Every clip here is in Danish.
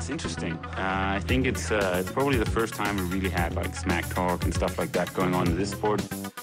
It's interesting. I think it's probably the first time we really had like smack talk and stuff like that going on in this sport.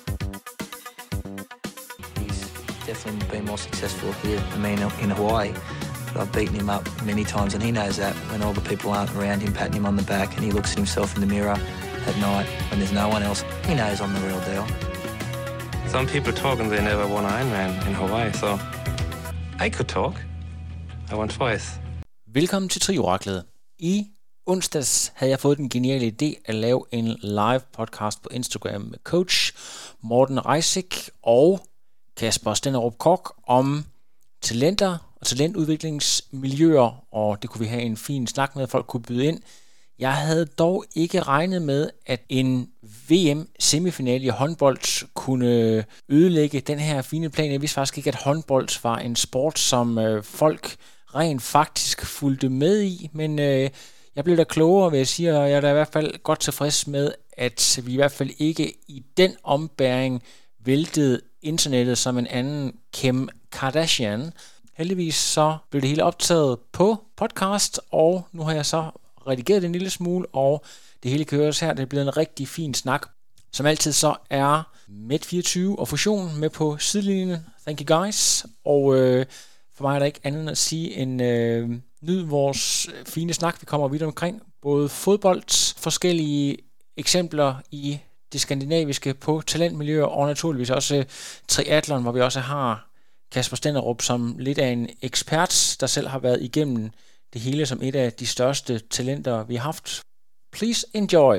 He's definitely been more successful here than me in Hawaii. But I've beaten him up many times, and he knows that when all the people aren't around him patting him on the back and he looks at himself in the mirror at night when there's no one else, he knows I'm the real deal. Some people talk and they never won Ironman in Hawaii, so I could talk. I won twice. Velkommen til Trioraklet. I onsdags havde jeg fået den geniale idé at lave en live podcast på Instagram med coach Morten Reisig og Kasper Stenderup Koch om talenter og talentudviklingsmiljøer, og det kunne vi have en fin snak med, at folk kunne byde ind. Jeg havde dog ikke regnet med, at en VM-semifinale i håndbold kunne ødelægge den her fine plan. Jeg vidste faktisk ikke, at håndbold var en sport, som folk rent faktisk fulgte med i, men jeg blev da klogere, vil jeg sige, og jeg er da i hvert fald godt tilfreds med, at vi i hvert fald ikke i den ombæring væltede internettet som en anden Kim Kardashian. Heldigvis så blev det hele optaget på podcast, og nu har jeg så redigeret det en lille smule, og det hele køres her. Det er blevet en rigtig fin snak. Som altid så er Med24 og Fusion med på sidelinjen. Thank you guys. Og for mig er der ikke andet end at sige end nyd vores fine snak. Vi kommer vidt omkring både fodbold, forskellige eksempler i det skandinaviske på talentmiljøer, og naturligvis også triathlon, hvor vi også har Kasper Stenderup som lidt af en ekspert, der selv har været igennem det hele som et af de største talenter, vi har haft. Please enjoy.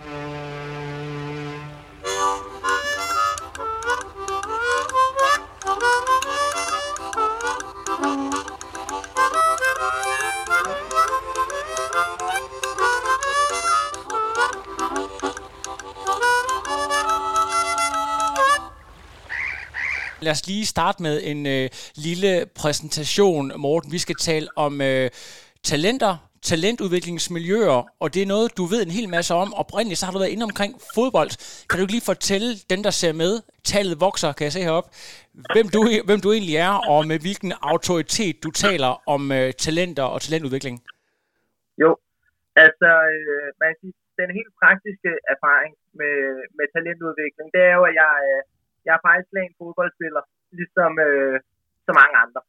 Lad os lige starte med en lille præsentation, Morten. Vi skal tale om talenter, talentudviklingsmiljøer, og det er noget, du ved en hel masse om. Oprindeligt så har du været inde omkring fodbold. Kan du lige fortælle dem, der ser med? Tallet vokser, kan jeg se heroppe. Hvem du egentlig er, og med hvilken autoritet du taler om talenter og talentudvikling? Jo, altså man kan sige, den helt praktiske erfaring med talentudvikling, det er jo, at jeg er faktisk en fodboldspiller, ligesom så mange andre.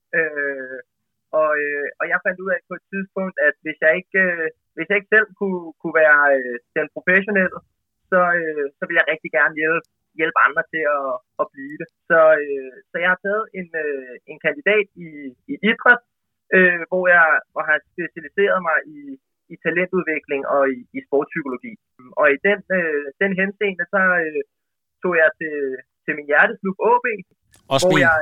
Og jeg fandt ud af på et tidspunkt, at hvis jeg ikke selv kunne være den professionelle, så ville jeg rigtig gerne hjælpe andre til at blive det. Så jeg har taget en kandidat i idræt, hvor jeg har specialiseret mig i talentudvikling og i sportspsykologi. Og i den henseende, så tog jeg til min hjerteklub AB, hvor jeg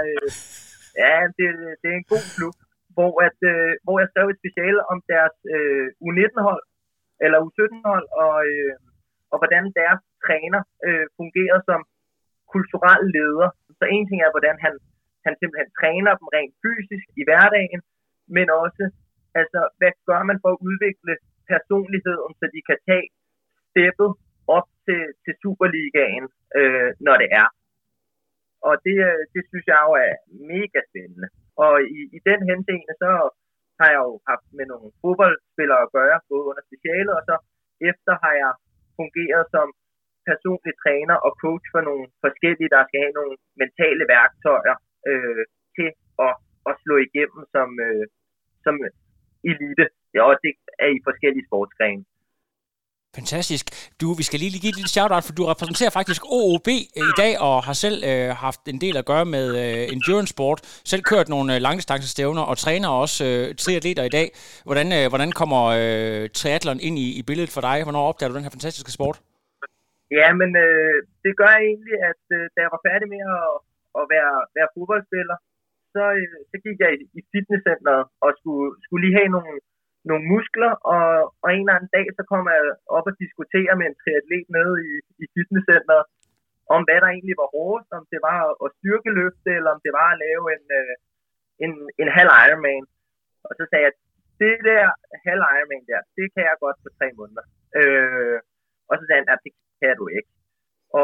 det er en god klub, hvor jeg skrev et speciale om deres U19-hold eller U17-hold og hvordan deres træner fungerer som kulturel leder. Så en ting er, hvordan han simpelthen træner dem rent fysisk i hverdagen, men også altså hvad gør man for at udvikle personligheden, så de kan tage steppet op til Superligaen, når det er. Og det synes jeg jo er mega spændende. Og i den henseende, så har jeg jo haft med nogle fodboldspillere at gøre, både under specialet, og så efter har jeg fungeret som personlig træner og coach for nogle forskellige, der skal have nogle mentale værktøjer til at slå igennem som elite. Ja, og det er i forskellige sportsgrene. Fantastisk. Vi skal lige give et lille shout-out, for du repræsenterer faktisk OOB i dag, og har selv haft en del at gøre med endurance sport. Selv kørt nogle langdistancestævner og træner også triatleter i dag. Hvordan kommer triathlon ind i billedet for dig? Hvornår opdager du den her fantastiske sport? Ja, men det gør jeg egentlig, at da jeg var færdig med at være fodboldspiller, så gik jeg i fitnesscenteret og skulle lige have nogle muskler, og en eller anden dag, så kom jeg op og diskutere med en triatlet nede i fitnesscenteret, om hvad der egentlig var hårdest, om det var at styrkeløfte, eller om det var at lave en halv Ironman. Og så sagde jeg, det der halv Ironman der, det kan jeg godt på 3 måneder. Og så sagde han, at det kan du ikke. Og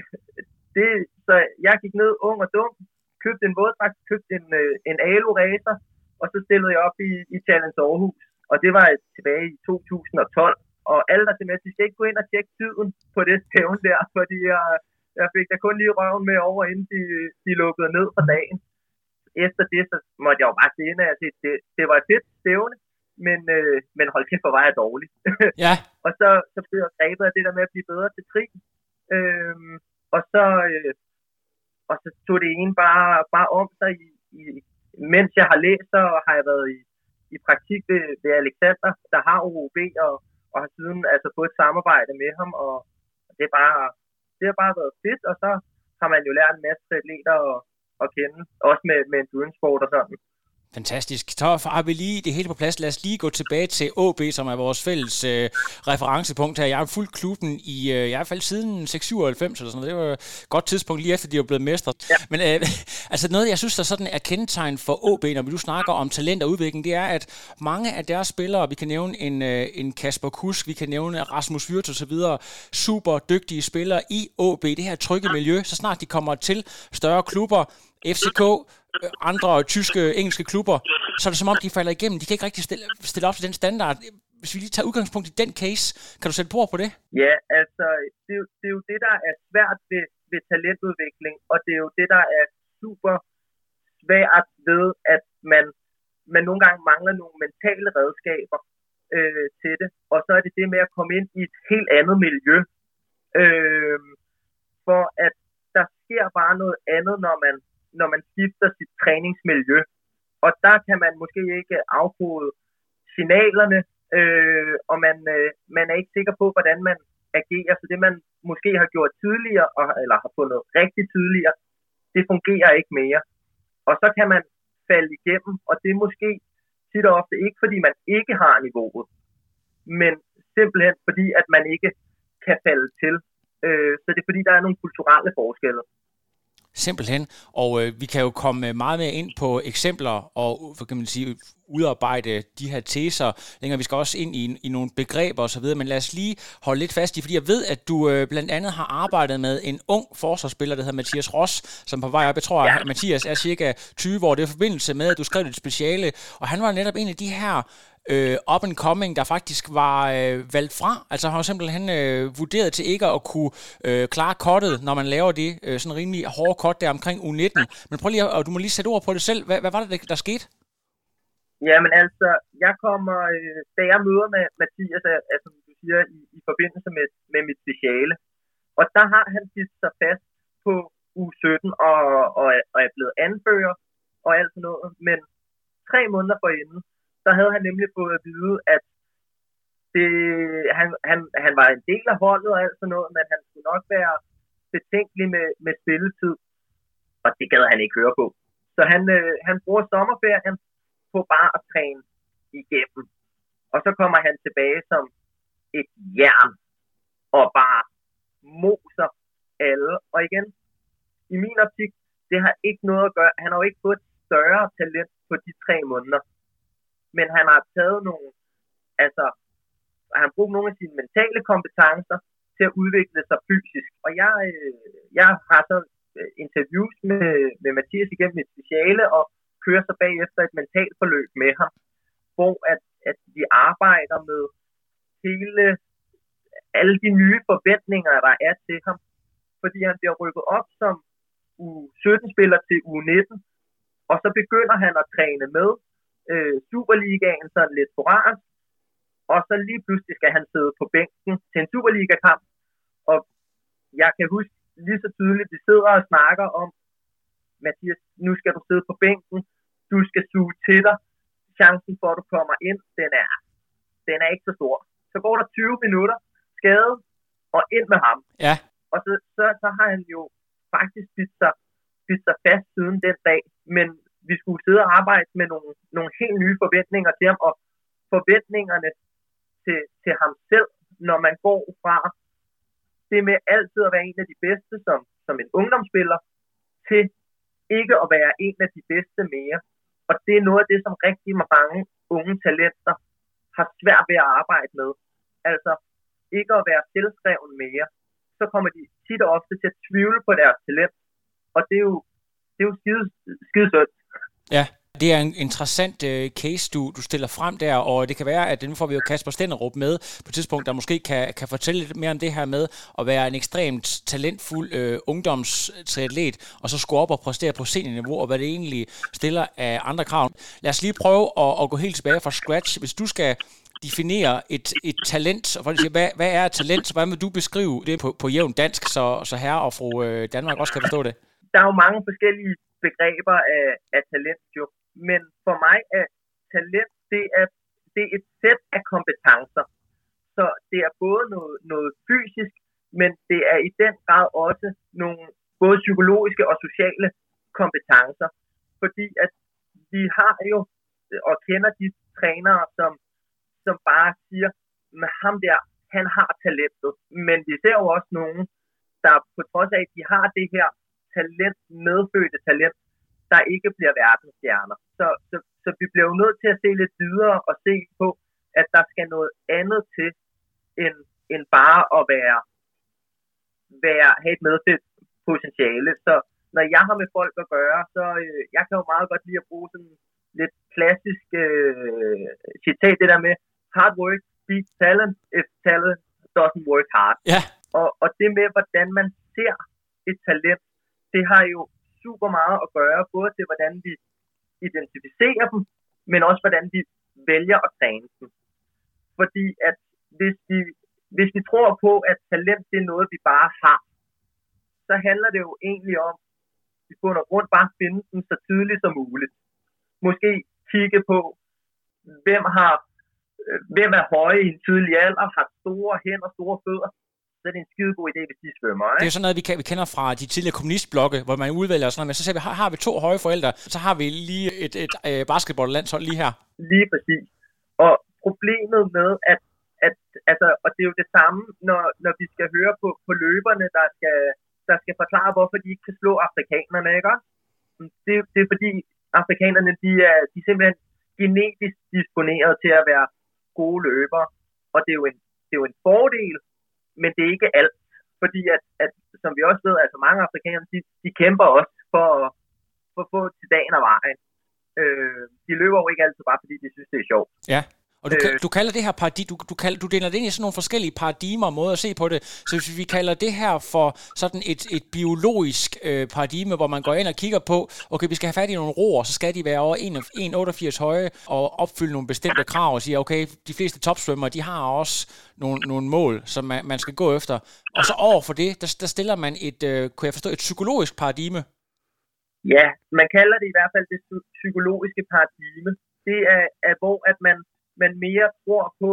så jeg gik ned ung og dum, købte en våddragt, købte en Alu Racer, og så stillede jeg op i Challenge Aarhus. Og det var tilbage i 2012. Og alle der simpelthen, de skal ikke gå ind og tjekke tiden på det stævne der, fordi jeg fik da kun lige røven med over, inden de lukkede ned for dagen. Efter det, så måtte jeg jo bare se ind, at det var et fedt stævne, men hold kæft, hvor var jeg dårlig. Ja. Og så blev jeg grebet af det der med at blive bedre til tri. Og så tog det ene bare om sig. Mens jeg har læst, så har jeg været i praktik ved Alexander, der har OOB, og har siden altså fået et samarbejde med ham, og det har bare været fedt, og så har man jo lært en masse atleter at kende, også med endurance sport og sådan. Fantastisk. Så har vi lige det hele på plads. Lad os lige gå tilbage til AB, som er vores fælles referencepunkt her. Jeg har fulgt klubben i hvert fald siden 697 eller sådan noget. Det var et godt tidspunkt lige efter, de var blevet mestre. Ja. Men altså noget, jeg synes, der sådan er kendetegn for AB, når vi nu snakker om talent og udvikling, det er, at mange af deres spillere, vi kan nævne en Kasper Kusk, vi kan nævne Rasmus Wirtz og så videre, super dygtige spillere i AB, det her trygge miljø, så snart de kommer til større klubber, FCK, andre tyske, engelske klubber, så er det som om, de falder igennem. De kan ikke rigtig stille op til den standard. Hvis vi lige tager udgangspunkt i den case, kan du sætte ord på det? Ja, altså, det er jo det, der er svært ved talentudvikling, og det er jo det, der er super svært ved, at man nogle gange mangler nogle mentale redskaber til det, og så er det det med at komme ind i et helt andet miljø, for at der sker bare noget andet, når man skifter sit træningsmiljø. Og der kan man måske ikke afkode signalerne, og man er ikke sikker på, hvordan man agerer. Så det, man måske har gjort tidligere, eller har fundet rigtig tidligere, det fungerer ikke mere. Og så kan man falde igennem, og det er måske tit og ofte ikke, fordi man ikke har niveauet, men simpelthen fordi, at man ikke kan falde til. Så det er fordi, der er nogle kulturelle forskelle. Simpelthen, og vi kan jo komme meget mere ind på eksempler og, kan man sige, udarbejde de her teser længere. Vi skal også ind i nogle begreber og så videre, men lad os lige holde lidt fast i, fordi jeg ved, at du blandt andet har arbejdet med en ung forsvarsspiller, der hedder Mathias Ross, som på vej op. Jeg tror, at Mathias er cirka 20 år. Det er i forbindelse med, at du skrev et speciale, og han var netop en af de her up and coming, der faktisk var valgt fra. Altså han var simpelthen vurderet til ikke at kunne klare cuttet, når man laver det sådan rimelig hårde cut der omkring U19. Men prøv lige, og du må lige sætte ord på det selv. Hvad var det, der skete? Jamen altså, jeg kommer, da jeg møder med Mathias, altså, som du siger, i forbindelse med mit speciale, og der har han sat sig fast på U17 og er blevet anfører og alt sådan noget, men 3 måneder forinden, så havde han nemlig fået at vide, at han var en del af holdet og alt sådan noget, men han skulle nok være betænkelig med spilletid, og det gad han ikke høre på. Så han bruger sommerferien på bare at træne igennem. Og så kommer han tilbage som et jern og bare moser alle. Og igen, i min optik, det har ikke noget at gøre. Han har jo ikke fået et større talent på de 3 måneder. Men han har taget han har brugt nogle af sine mentale kompetencer til at udvikle sig fysisk. Og jeg har så interviews med Mathias igennem et speciale, og kører så bagefter et mentalt forløb med ham, hvor at vi arbejder med alle de nye forventninger, der er til ham. Fordi han bliver rykket op som U17-spiller til U19, og så begynder han at træne med Superligaen sådan lidt sporadisk, og så lige pludselig skal han sidde på bænken til en Superliga-kamp, og jeg kan huske lige så tydeligt, vi sidder og snakker om, Mathias, nu skal du sidde på bænken, du skal suge til dig, chancen for, at du kommer ind, den er ikke så stor. Så går der 20 minutter, skade, og ind med ham. Ja. Og så har han jo faktisk bidt sig fast siden den dag, men vi skulle sidde og arbejde med nogle helt nye forventninger til ham, og forventningerne til ham selv, når man går fra det med altid at være en af de bedste som en ungdomsspiller, til ikke at være en af de bedste mere. Og det er noget af det, som rigtig mange unge talenter har svært ved at arbejde med. Altså ikke at være selvskreven mere. Så kommer de tit og ofte til at tvivle på deres talent. Og det er jo skide synd. Ja, Det er en interessant case, du stiller frem der, og det kan være, at nu får vi jo Kasper Stenderup med på et tidspunkt, der måske kan fortælle lidt mere om det her med at være en ekstremt talentfuld ungdomstriatlet, og så skulle op og præstere på seniorniveau, og hvad det egentlig stiller af andre krav. Lad os lige prøve at gå helt tilbage fra scratch. Hvis du skal definere et talent, og hvad er et talent, så hvordan vil du beskrive det på jævn dansk, så herre og fru Danmark også kan forstå det? Der er jo mange forskellige begreber af talent, jo. Men for mig er talent, det er et sæt af kompetencer. Så det er både noget fysisk, men det er i den grad også nogle både psykologiske og sociale kompetencer. Fordi at vi har jo, og kender de trænere, som bare siger, med ham der, han har talentet. Men vi ser jo også nogen, der på trods af, at de har det her talent, medfødte talent, der ikke bliver verdensstjerner. Så vi bliver jo nødt til at se lidt videre og se på, at der skal noget andet til, end bare at have et medfødt potentiale. Så når jeg har med folk at gøre, så jeg kan jo meget godt lide at bruge sådan lidt klassisk citat, det der med hard work beats talent if talent doesn't work hard. Yeah. Og det med, hvordan man ser et talent, det har jo super meget at gøre, både til hvordan vi identificerer dem, men også hvordan vi vælger at træne dem. Fordi at hvis vi tror på, at talent det er noget, vi bare har, så handler det jo egentlig om, at vi bunder rundt bare at finde dem så tidligt som muligt. Måske kigge på, hvem er høje i en tidlig alder, har store hænder, store fødder, så er det en skidegod idé, hvis de svømmer. Ikke? Det er jo sådan noget, vi kender fra de tidligere kommunistblokke, hvor man udvælger sådan noget, men så ser vi, har vi 2 høje forældre, så har vi lige et basketballlandshold lige her. Lige præcis. Og problemet med, at og det er jo det samme, når vi skal høre på løberne, der skal forklare, hvorfor de ikke kan slå afrikanerne, ikke? Det er fordi, afrikanerne, de er simpelthen genetisk disponeret til at være gode løbere, og det er jo en fordel, men det er ikke alt, fordi at som vi også ved, altså mange afrikanere, de kæmper også for at få til dagen og vejen. De løber jo ikke altid bare, fordi de synes, det er sjovt. Ja. Og du kalder det her du deler det ind i sådan nogle forskellige paradigmer og måder at se på det. Så hvis vi kalder det her for sådan et biologisk paradigme, hvor man går ind og kigger på, okay, vi skal have fat i nogle roer, så skal de være over 1,88 høje og opfylde nogle bestemte krav og sige, okay, de fleste topsvømmere, de har også nogle mål, som man skal gå efter. Og så over for det, der stiller man kunne jeg forstå, et psykologisk paradigme. Ja, man kalder det i hvert fald det psykologiske paradigme. Det er hvor at man mere tror på,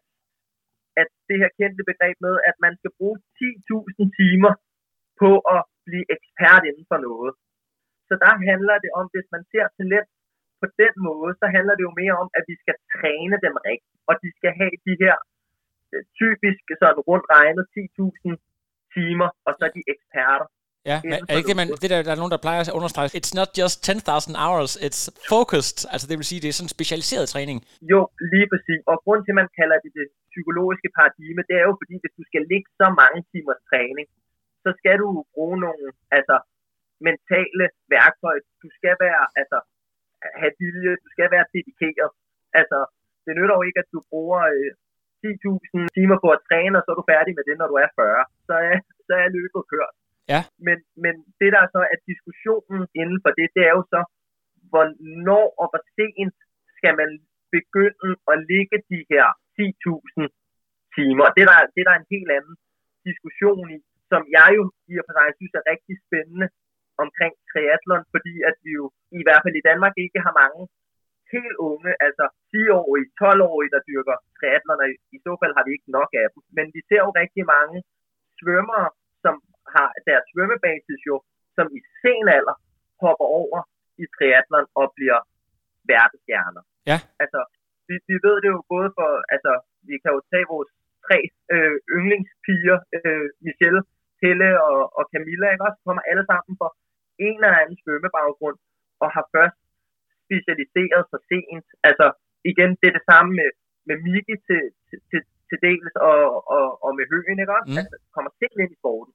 at det her kendte begreb med, at man skal bruge 10.000 timer på at blive ekspert inden for noget. Så der handler det om, hvis man ser talent på den måde, så handler det jo mere om, at vi skal træne dem rigtigt, og de skal have de her typiske sådan rundt regnet 10.000 timer, og så er de eksperter. Ja, er ikke det, der er nogen, der plejer at understrege, it's not just 10.000 hours, it's focused, altså det vil sige, det er sådan specialiseret træning. Jo, lige præcis, og grunden til, at man kalder det psykologiske paradigme, det er jo fordi, hvis du skal ligge så mange timers træning, så skal du bruge nogle mentale værktøjer, du skal være, have vilje, du skal være dedikeret. Altså, det nytter jo ikke, at du bruger 10.000 timer på at træne, og så er du færdig med det, når du er 40. Så er løbet kørt. Ja. Men det der så er diskussionen inden for det er jo så, hvornår og hvor sent skal man begynde at ligge de her 10.000 timer. Det er der en helt anden diskussion i, som jeg jo i og for sig synes er rigtig spændende omkring triathlon, fordi at vi jo i hvert fald i Danmark ikke har mange helt unge, altså 10-årige, 12-årige, der dyrker triathlon, og i så fald har vi ikke nok af dem. Men vi ser jo rigtig mange svømmere, som har deres svømmebasis jo, som i sen alder hopper over i triathlon og bliver verdensstjerner. Ja. Altså, vi ved det jo både for, altså, vi kan jo tage vores 3 yndlingspiger, Michelle, Helle og Camilla, ikke også, kommer alle sammen for en eller anden svømmebaggrund og har først specialiseret sig sent. Altså, igen, det er det samme med Miki til dels og med Høgen, ikke også? Altså, kommer selv ind i sporten.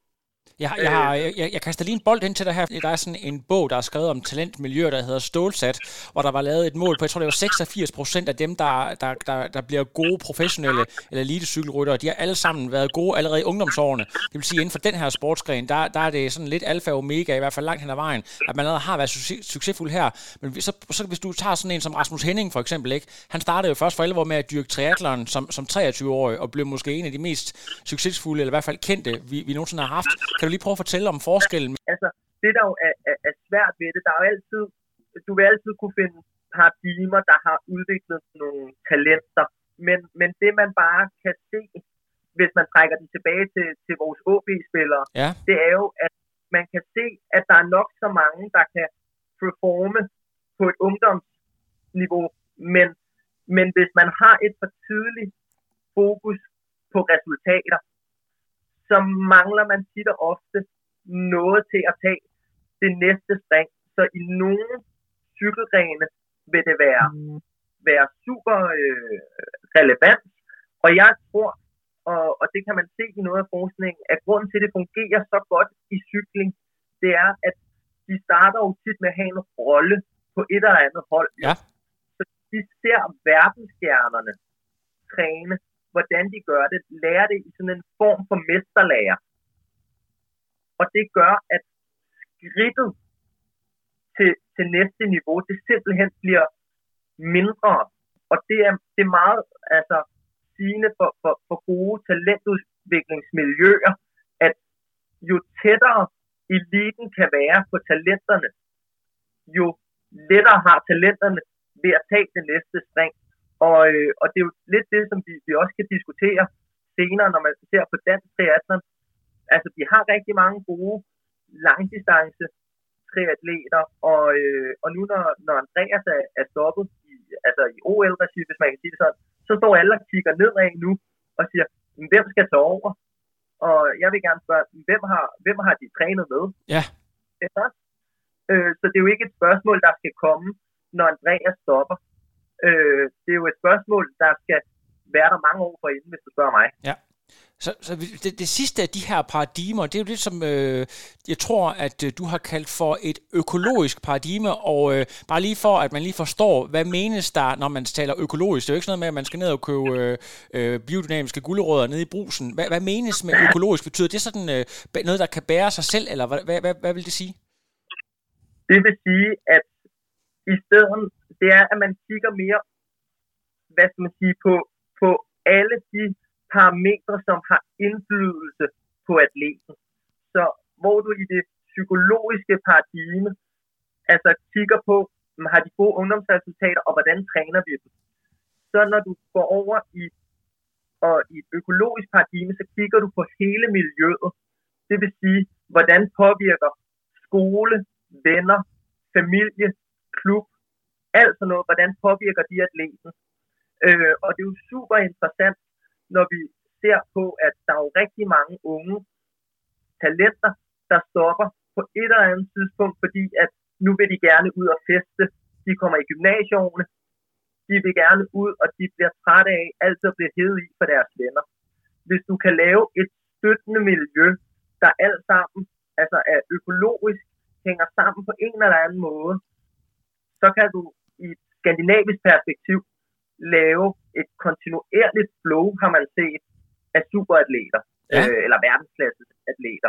Jeg kaster lige en bold ind til dig her. Der er sådan en bog, der er skrevet om talentmiljøer, der hedder Stålsat, hvor der var lavet et mål på, jeg tror det var 86% af dem, der bliver gode professionelle eller elitecykelryttere. De har alle sammen været gode allerede i ungdomsårene. Det vil sige, inden for den her sportsgren, der er det sådan lidt alfa og omega, i hvert fald langt hen ad vejen, at man allerede har været succesfuld her. Men så hvis du tager sådan en som Rasmus Henning for eksempel, ikke? Han startede jo først for 11 år med at dyrke triathlon som 23-årig, og blev måske en af de mest succesfulde, eller i hvert fald kendte, vi nogensinde har haft. Kan du lige prøve at fortælle om forskellen? Altså, det der jo er svært ved det, der er jo altid, du vil altid kunne finde paradigmer, der har udviklet nogle talenter, men det man bare kan se, hvis man trækker den tilbage til vores OB-spillere, det er jo, at man kan se, at der er nok så mange, der kan performe på et ungdomsniveau, men hvis man har et for tidligt fokus på resultater, så mangler man tit og ofte noget til at tage det næste spring. Så i nogle cykelgrene vil det være super relevant. Og jeg tror, og det kan man se i noget af forskningen, at grunden til, at det fungerer så godt i cykling, det er, at de starter jo tit med at have en rolle på et eller andet hold. Ja. Så de ser verdensstjernerne træne, hvordan de gør det, lærer det i sådan en form for mesterlærer. Og det gør, at skridtet til næste niveau, det simpelthen bliver mindre. Og det er meget sigende for gode talentudviklingsmiljøer, at jo tættere eliten kan være på talenterne, jo lettere har talenterne ved at tage det næste spring. Og det er jo lidt det, som vi også kan diskutere senere, når man ser på dansk triathlon. Altså, vi har rigtig mange gode langdistance triatleter, og nu når Andreas er stoppet i OL-regi, hvis man kan sige det sådan, så står alle og kigger nedad nu og siger, hvem skal tage over? Og jeg vil gerne spørge, hvem har de trænet med? Ja. Så det er jo ikke et spørgsmål, der skal komme, når Andreas stopper. Det er jo et spørgsmål, der skal være der mange år forinden, hvis du spørger mig. Ja. Så det sidste af de her paradigmer, det er jo det, som jeg tror, at du har kaldt for et økologisk paradigme, og bare lige for, at man lige forstår, hvad menes der, når man taler økologisk? Det er jo ikke sådan noget med, at man skal ned og købe biodynamiske gulerødder nede i brusen. Hvad menes med økologisk? Betyder det sådan noget, der kan bære sig selv, eller hvad vil det sige? Det vil sige, at i stedet, det er, at man kigger mere, hvad skal man sige, på alle de parametre, som har indflydelse på atleten. Så hvor du i det psykologiske paradigme altså kigger på, har de gode ungdomsresultater, og hvordan træner vi dem. Så når du går over i et økologisk paradigme, så kigger du på hele miljøet. Det vil sige, hvordan påvirker skole, venner, familie, klub, alt sådan noget, hvordan påvirker de atleten. Og det er jo super interessant, når vi ser på, at der er jo rigtig mange unge talenter, der stopper på et eller andet tidspunkt, fordi at nu vil de gerne ud og feste. De kommer i gymnasieårene, de vil gerne ud, og de bliver trætte af altid at blive hevet i for deres venner. Hvis du kan lave et støttende miljø, der alt sammen altså er økologisk, hænger sammen på en eller anden måde, så kan du i et skandinavisk perspektiv lave et kontinuerligt flow, har man set, af superatleter, eller verdensklasses atleter.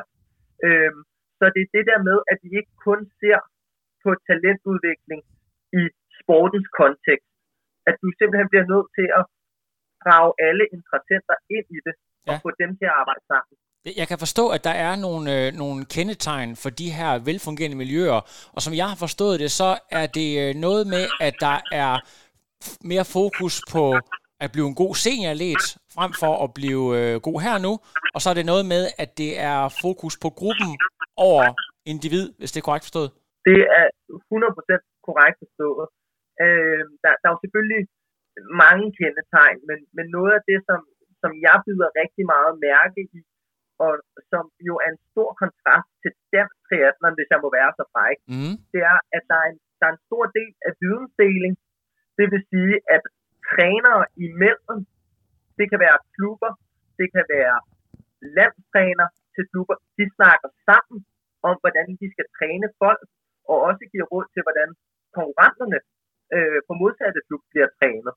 Så det er det der med, at vi ikke kun ser på talentudvikling i sportens kontekst. At du simpelthen bliver nødt til at drage alle interessenter ind i det, og få dem til at arbejde sammen. Jeg kan forstå, at der er nogle kendetegn for de her velfungerende miljøer, og som jeg har forstået det, så er det noget med, at der er mere fokus på at blive en god senioratlet, frem for at blive god her nu, og så er det noget med, at det er fokus på gruppen over individ, hvis det er korrekt forstået. Det er 100% korrekt forstået. Der er jo selvfølgelig mange kendetegn, men noget af det, som jeg byder rigtig meget mærke i, og som jo er en stor kontrast til dansk triathlon, hvis jeg må være så fræk, det er, at der er en stor del af vidensdeling. Det vil sige, at trænere imellem, det kan være klubber, det kan være landstræner, til klubber, de snakker sammen om, hvordan de skal træne folk, og også giver råd til, hvordan konkurrenterne på modsatte klub bliver trænet.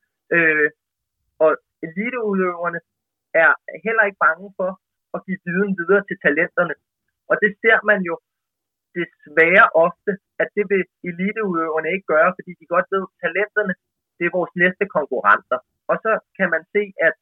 Og eliteudøverne er heller ikke bange for at give viden videre til talenterne. Og det ser man jo desværre ofte, at det vil eliteudøverne ikke gøre, fordi de godt ved, at talenterne, det er vores næste konkurrenter. Og så kan man se, at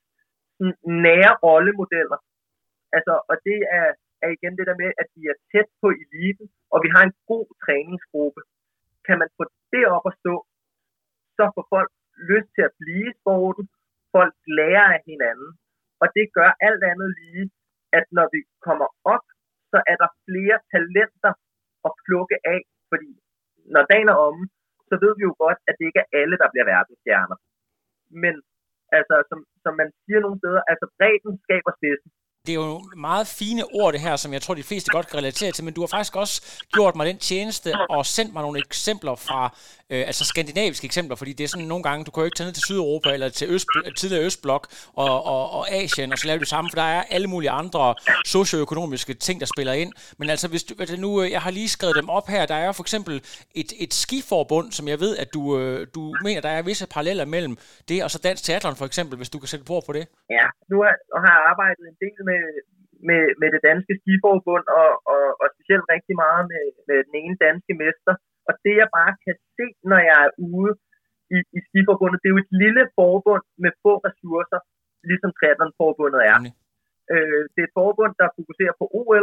nære rollemodeller, altså, og det er igen det der med, at de er tæt på eliten, og vi har en god træningsgruppe. Kan man få det op at stå, så får folk lyst til at blive i sporten, folk lærer af hinanden, og det gør alt andet lige, at når vi kommer op, så er der flere talenter at plukke af, fordi når dagen er omme, så ved vi jo godt, at det ikke er alle, der bliver verdensstjerner. Men altså, som man siger nogle steder, altså bredden skaber spidsen. Det er jo meget fine ord, det her, som jeg tror, de fleste godt kan relatere til, men du har faktisk også gjort mig den tjeneste og sendt mig nogle eksempler fra, altså skandinaviske eksempler, fordi det er sådan nogle gange, du kan jo ikke tage ned til Sydeuropa eller til tidligere Østblok og Asien, og så lave det samme, for der er alle mulige andre socioøkonomiske ting, der spiller ind. Men altså, hvis nu, jeg har lige skrevet dem op her, der er jo for eksempel et skiforbund, som jeg ved, at du mener, der er visse paralleller mellem det og så Dansk Triathlon for eksempel, hvis du kan sætte ord på det. Ja, nu har jeg arbejdet en del med det danske skiforbund, og specielt rigtig meget med den ene danske mester. Og det jeg bare kan se, når jeg er ude i skiforbundet, det er jo et lille forbund med få ressourcer, ligesom Triathlon-forbundet er. Det er et forbund, der fokuserer på OL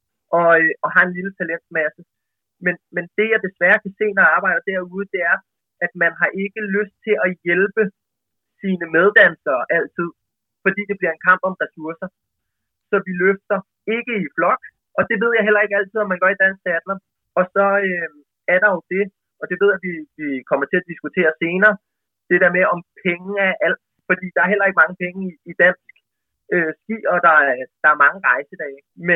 og har en lille talentmasse. Men det jeg desværre kan se, når jeg arbejder derude, det er, at man har ikke lyst til at hjælpe sine meddansere altid, fordi det bliver en kamp om ressourcer. Så vi løfter ikke i flok, og det ved jeg heller ikke altid, om man gør i Dansk Triathlon. Og så er der jo det, og det ved jeg, vi kommer til at diskutere senere, det der med, om penge er alt, fordi der er heller ikke mange penge i dansk ski, og der er mange rejsedage. Men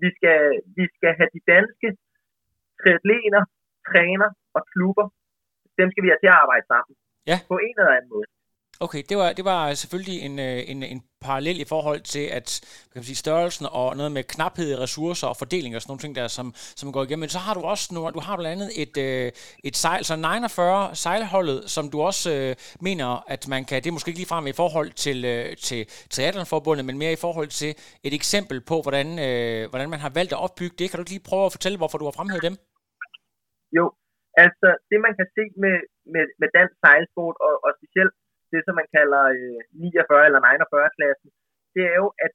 vi skal have de danske triatleter, træner og klubber, dem skal vi have til at arbejde sammen. Ja. På en eller anden måde. Okay, det var selvfølgelig en parallel i forhold til, at kan man sige, størrelsen og noget med knaphed i ressourcer og fordeling og sådan nogle ting der, som går igennem. Men så har du også du har blandt andet et sejl, så 49 sejlholdet, som du også mener, at man kan, det er måske ikke ligefrem i forhold til Triathlon-forbundet, men mere i forhold til et eksempel på, hvordan man har valgt at opbygge det. Kan du ikke lige prøve at fortælle, hvorfor du har fremhævet dem? Jo, altså det man kan se med dansk sejlsport, og specielt det, som man kalder 49 eller 49-klassen, det er jo, at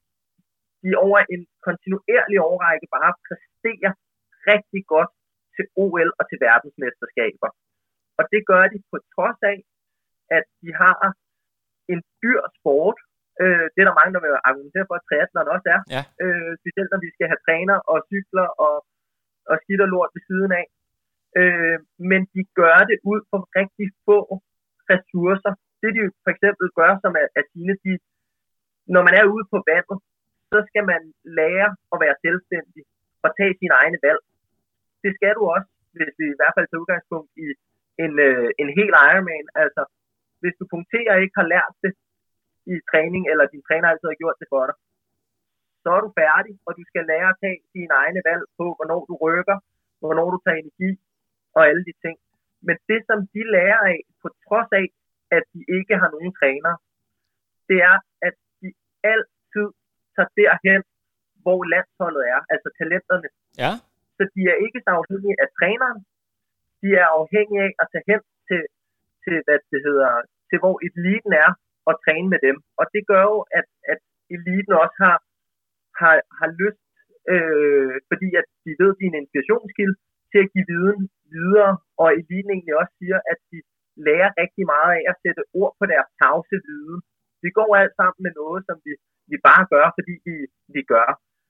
de over en kontinuerlig årrække bare præsterer rigtig godt til OL og til verdensmesterskaber. Og det gør de på trods af, at de har en dyr sport. Det er der mange, der vil argumentere for, at triathlon også er. Ja. Specielt når vi skal have træner og cykler og skidt og lort ved siden af. Men de gør det ud fra rigtig få ressourcer. Det de for eksempel gør, som er sine, når man er ude på vandet, så skal man lære at være selvstændig og tage sine egne valg. Det skal du også, hvis vi i hvert fald tager udgangspunkt i en hel Ironman. Altså, hvis du punkterer og ikke har lært det i træning, eller din træner altid har gjort det for dig, så er du færdig, og du skal lære at tage dine egne valg på, hvornår du rykker, hvornår du tager energi og alle de ting. Men det, som de lærer af, på trods af, at de ikke har nogen træner, det er, at de altid tager derhen, hvor landsholdet er, altså talenterne. Ja. Så de er ikke så afhængige af træneren, de er afhængige af at tage hen til hvad det hedder, til hvor eliten er, og træne med dem. Og det gør jo, at eliten også har lyst, fordi at de ved, at de er en inspirationskilde til at give viden videre, og eliten egentlig også siger, at de lærer rigtig meget af at sætte ord på deres tavse viden. Vi går alt sammen med noget, som vi bare gør, fordi vi gør.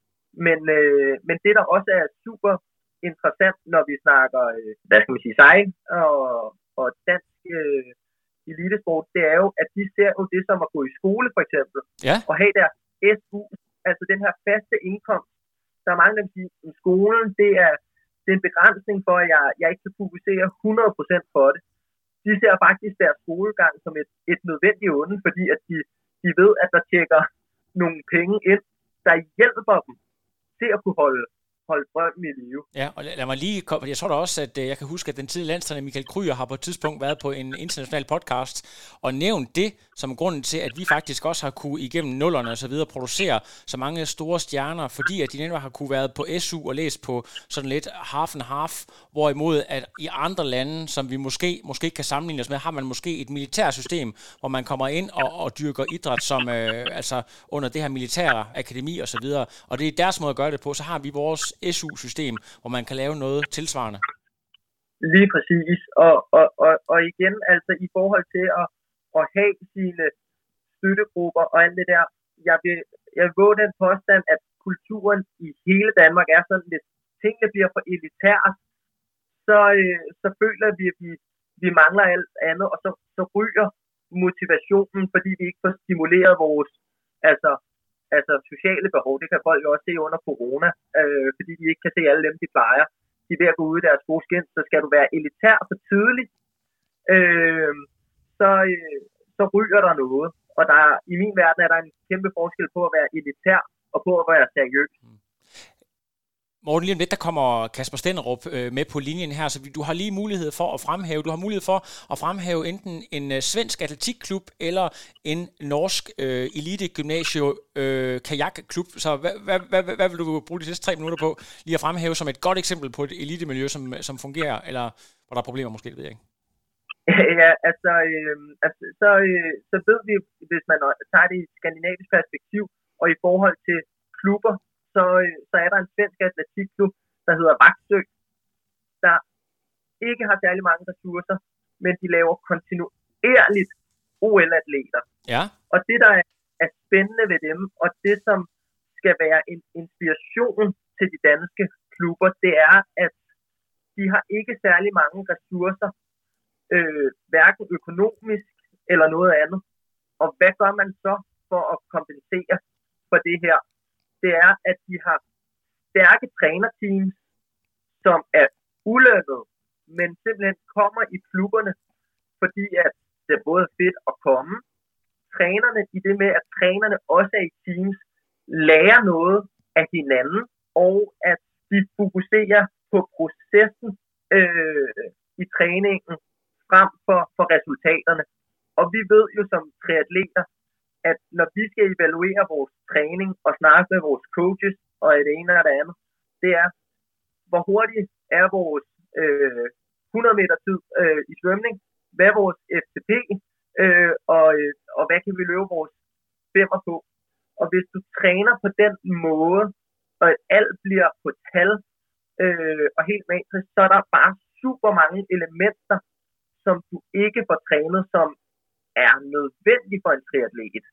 Men det, der også er super interessant, når vi snakker, hvad skal man sige, sejl og dansk elitesport, det er jo, at de ser jo det som at gå i skole, for eksempel, og have deres SU, altså den her faste indkomst. Der er mange, der siger, at skolen, det er en begrænsning for, at jeg ikke kan fokusere 100% på det. De ser faktisk deres skolegang som et nødvendigt onde, fordi at de ved, at der tjekker nogle penge ind der hjælper dem til at kunne holde drømmen i live. Ja, og lad mig lige komme, jeg tror da også, at jeg kan huske, at den tidligere landstræner Michael Krüger har på et tidspunkt været på en international podcast og nævnt det som grunden til, at vi faktisk også har kunne igennem nullerne og så videre producere så mange store stjerner, fordi at de netop har kunne været på SU og læst på sådan lidt half and half, hvorimod at i andre lande, som vi måske kan sammenligne os med, har man måske et militærsystem, hvor man kommer ind og dyrker idræt som altså under det her militære akademi og så videre, og det er deres måde at gøre det på. Så har vi vores SU-system, hvor man kan lave noget tilsvarende. Lige præcis. Og igen, altså i forhold til at have sine støttegrupper og alt det der, jeg vil våge den påstand, at kulturen i hele Danmark er sådan lidt, tingene bliver for elitært, så føler vi, at vi mangler alt andet, og så ryger motivationen, fordi vi ikke får stimuleret vores, altså sociale behov. Det kan folk jo også se under corona, fordi de ikke kan se alle dem, de plejer. De er ved at gå ud i deres gode skin, så skal du være elitær for tidligt, så ryger der noget. Og i min verden er der en kæmpe forskel på at være elitær og på at være seriøs. Morten, lige om lidt, der kommer Kasper Stenderup med på linjen her, så du har lige mulighed for at fremhæve, enten en svensk atletikklub eller en norsk elite gymnasio kajakklub. Så hvad vil du bruge de sidste 3 minutter på lige at fremhæve som et godt eksempel på et elitemiljø, som fungerer, eller hvor der er problemer måske, det ved jeg ikke? Ja, så ved vi, hvis man tager det i et skandinavisk perspektiv, og i forhold til klubber, så er der en svensk atletikklub, der hedder Vaxø, der ikke har særlig mange ressourcer, men de laver kontinuerligt OL-atleter. Ja. Og det, der er spændende ved dem, og det, som skal være en inspiration til de danske klubber, det er, at de har ikke særlig mange ressourcer, hverken økonomisk eller noget andet. Og hvad gør man så for at kompensere for det her? Det er, at de har stærke trænerteams, som er ulønnet, men simpelthen kommer i klubberne, fordi at det er både fedt at komme. Trænerne, i det med, at trænerne også er i teams, lærer noget af hinanden, og at de fokuserer på processen i træningen frem for resultaterne. Og vi ved jo som triatleter, at når vi skal evaluere vores træning og snakke med vores coaches og det ene og det andet, det er, hvor hurtigt er vores 100 meter tid i svømning, hvad er vores FTP, og hvad kan vi løbe vores femmer på. Og hvis du træner på den måde, og alt bliver på tal og helt matrisk, så er der bare super mange elementer, som du ikke får trænet, som er nødvendige for en triatlet.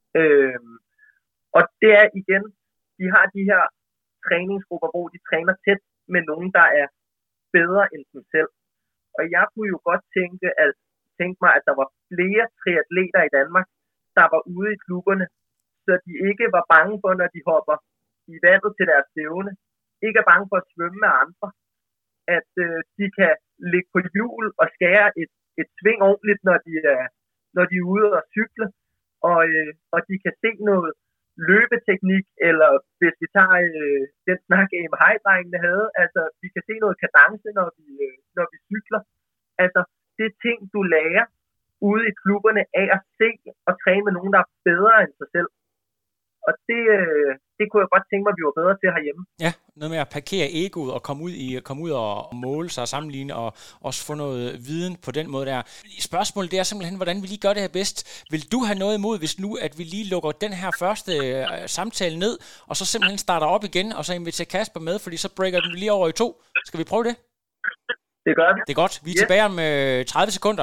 Og det er igen, de har de her træningsgrupper, hvor de træner tæt med nogen, der er bedre end dem selv. Og jeg kunne jo godt tænke mig, at der var flere triatleter i Danmark, der var ude i klubberne, så de ikke var bange for, når de hopper i vandet til deres stævne, ikke er bange for at svømme med andre, at de kan ligge på hjul og skære et sving ordentligt, når de er ude og cykle, og de kan se noget løbeteknik, eller hvis vi tager den snak, Heidrengene havde, altså vi kan se noget kadence, når vi cykler. Altså det er ting, du lærer ude i klubberne af at se og træne med nogen, der er bedre end sig selv. Og det kunne jeg godt tænke mig, at vi var bedre til herhjemme. Ja, noget med at parkere egoet og komme ud og måle sig og sammenligne og også få noget viden på den måde der. Spørgsmålet det er simpelthen, hvordan vi lige gør det her bedst. Vil du have noget imod, hvis nu at vi lige lukker den her første samtale ned, og så simpelthen starter op igen, og så inviterer Kasper med, fordi så breaker den lige over i 2. Skal vi prøve det? Det gør vi. Det er godt. Vi er tilbage om 30 sekunder.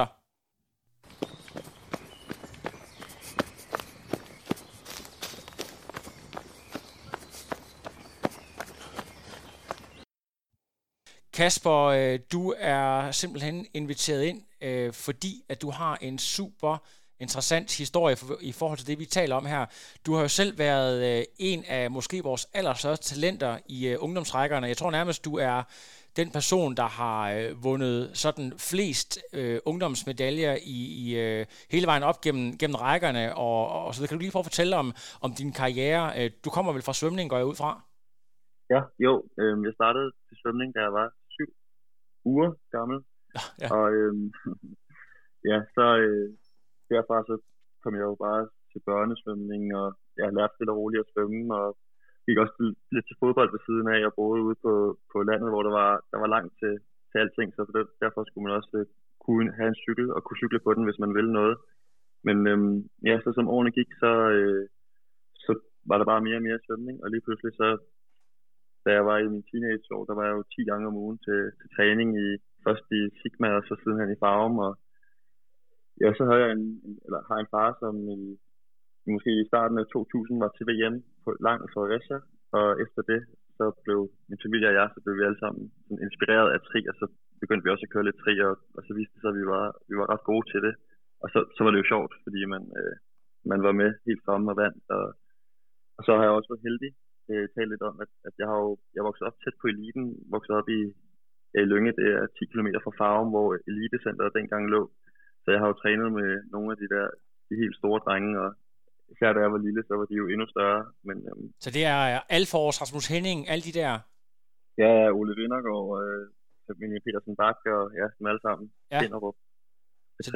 Kasper, du er simpelthen inviteret ind, fordi at du har en super interessant historie i forhold til det, vi taler om her. Du har jo selv været en af måske vores allerstørste talenter i ungdomsrækkerne. Jeg tror nærmest, du er den person, der har vundet sådan flest ungdomsmedaljer i hele vejen op gennem rækkerne. Og så kan du lige prøve at fortælle om din karriere. Du kommer vel fra svømning, går jeg ud fra? Ja, jo. Jeg startede til svømning, da jeg var 7 uger gammel. Ja. Og ja, så derfra så kom jeg jo bare til børnesvømning, og jeg lærte stille og roligt at svømme, og gik også lidt til fodbold ved siden af. Jeg boede ude på landet, hvor der var langt til alting, så derfor skulle man også kunne have en cykel og kunne cykle på den, hvis man ville noget. Men ja, så som årene gik, så var der bare mere og mere svømning, og lige pludselig så, da jeg var i min teenageår, der var jeg jo 10 gange om ugen til træning, først i Sigma, og så sidenhen i Farum, og ja, så havde jeg har en far, som måske i starten af 2000 var til VM på langt i Fredericia, og efter det, så blev min familie og jeg, så blev vi alle sammen inspireret af tri, og så begyndte vi også at køre lidt tri, og så viste det sig, at vi var ret gode til det. Og så var det jo sjovt, fordi man var med helt fremme og vandt, og så har jeg også været heldig, talt lidt om, at jeg voksede op tæt på eliten, voksede op i Lynge, det er 10 km fra Farum, hvor elitecenteret dengang lå. Så jeg har jo trænet med nogle af de helt store drenge, og især da jeg var lille, så var de jo endnu større. Men, så det er Alfors, Rasmus Henning, alle de der? Ja, Ole Vindergaard, Mini Petersen Bak, og ja, dem alle sammen. Ja. Så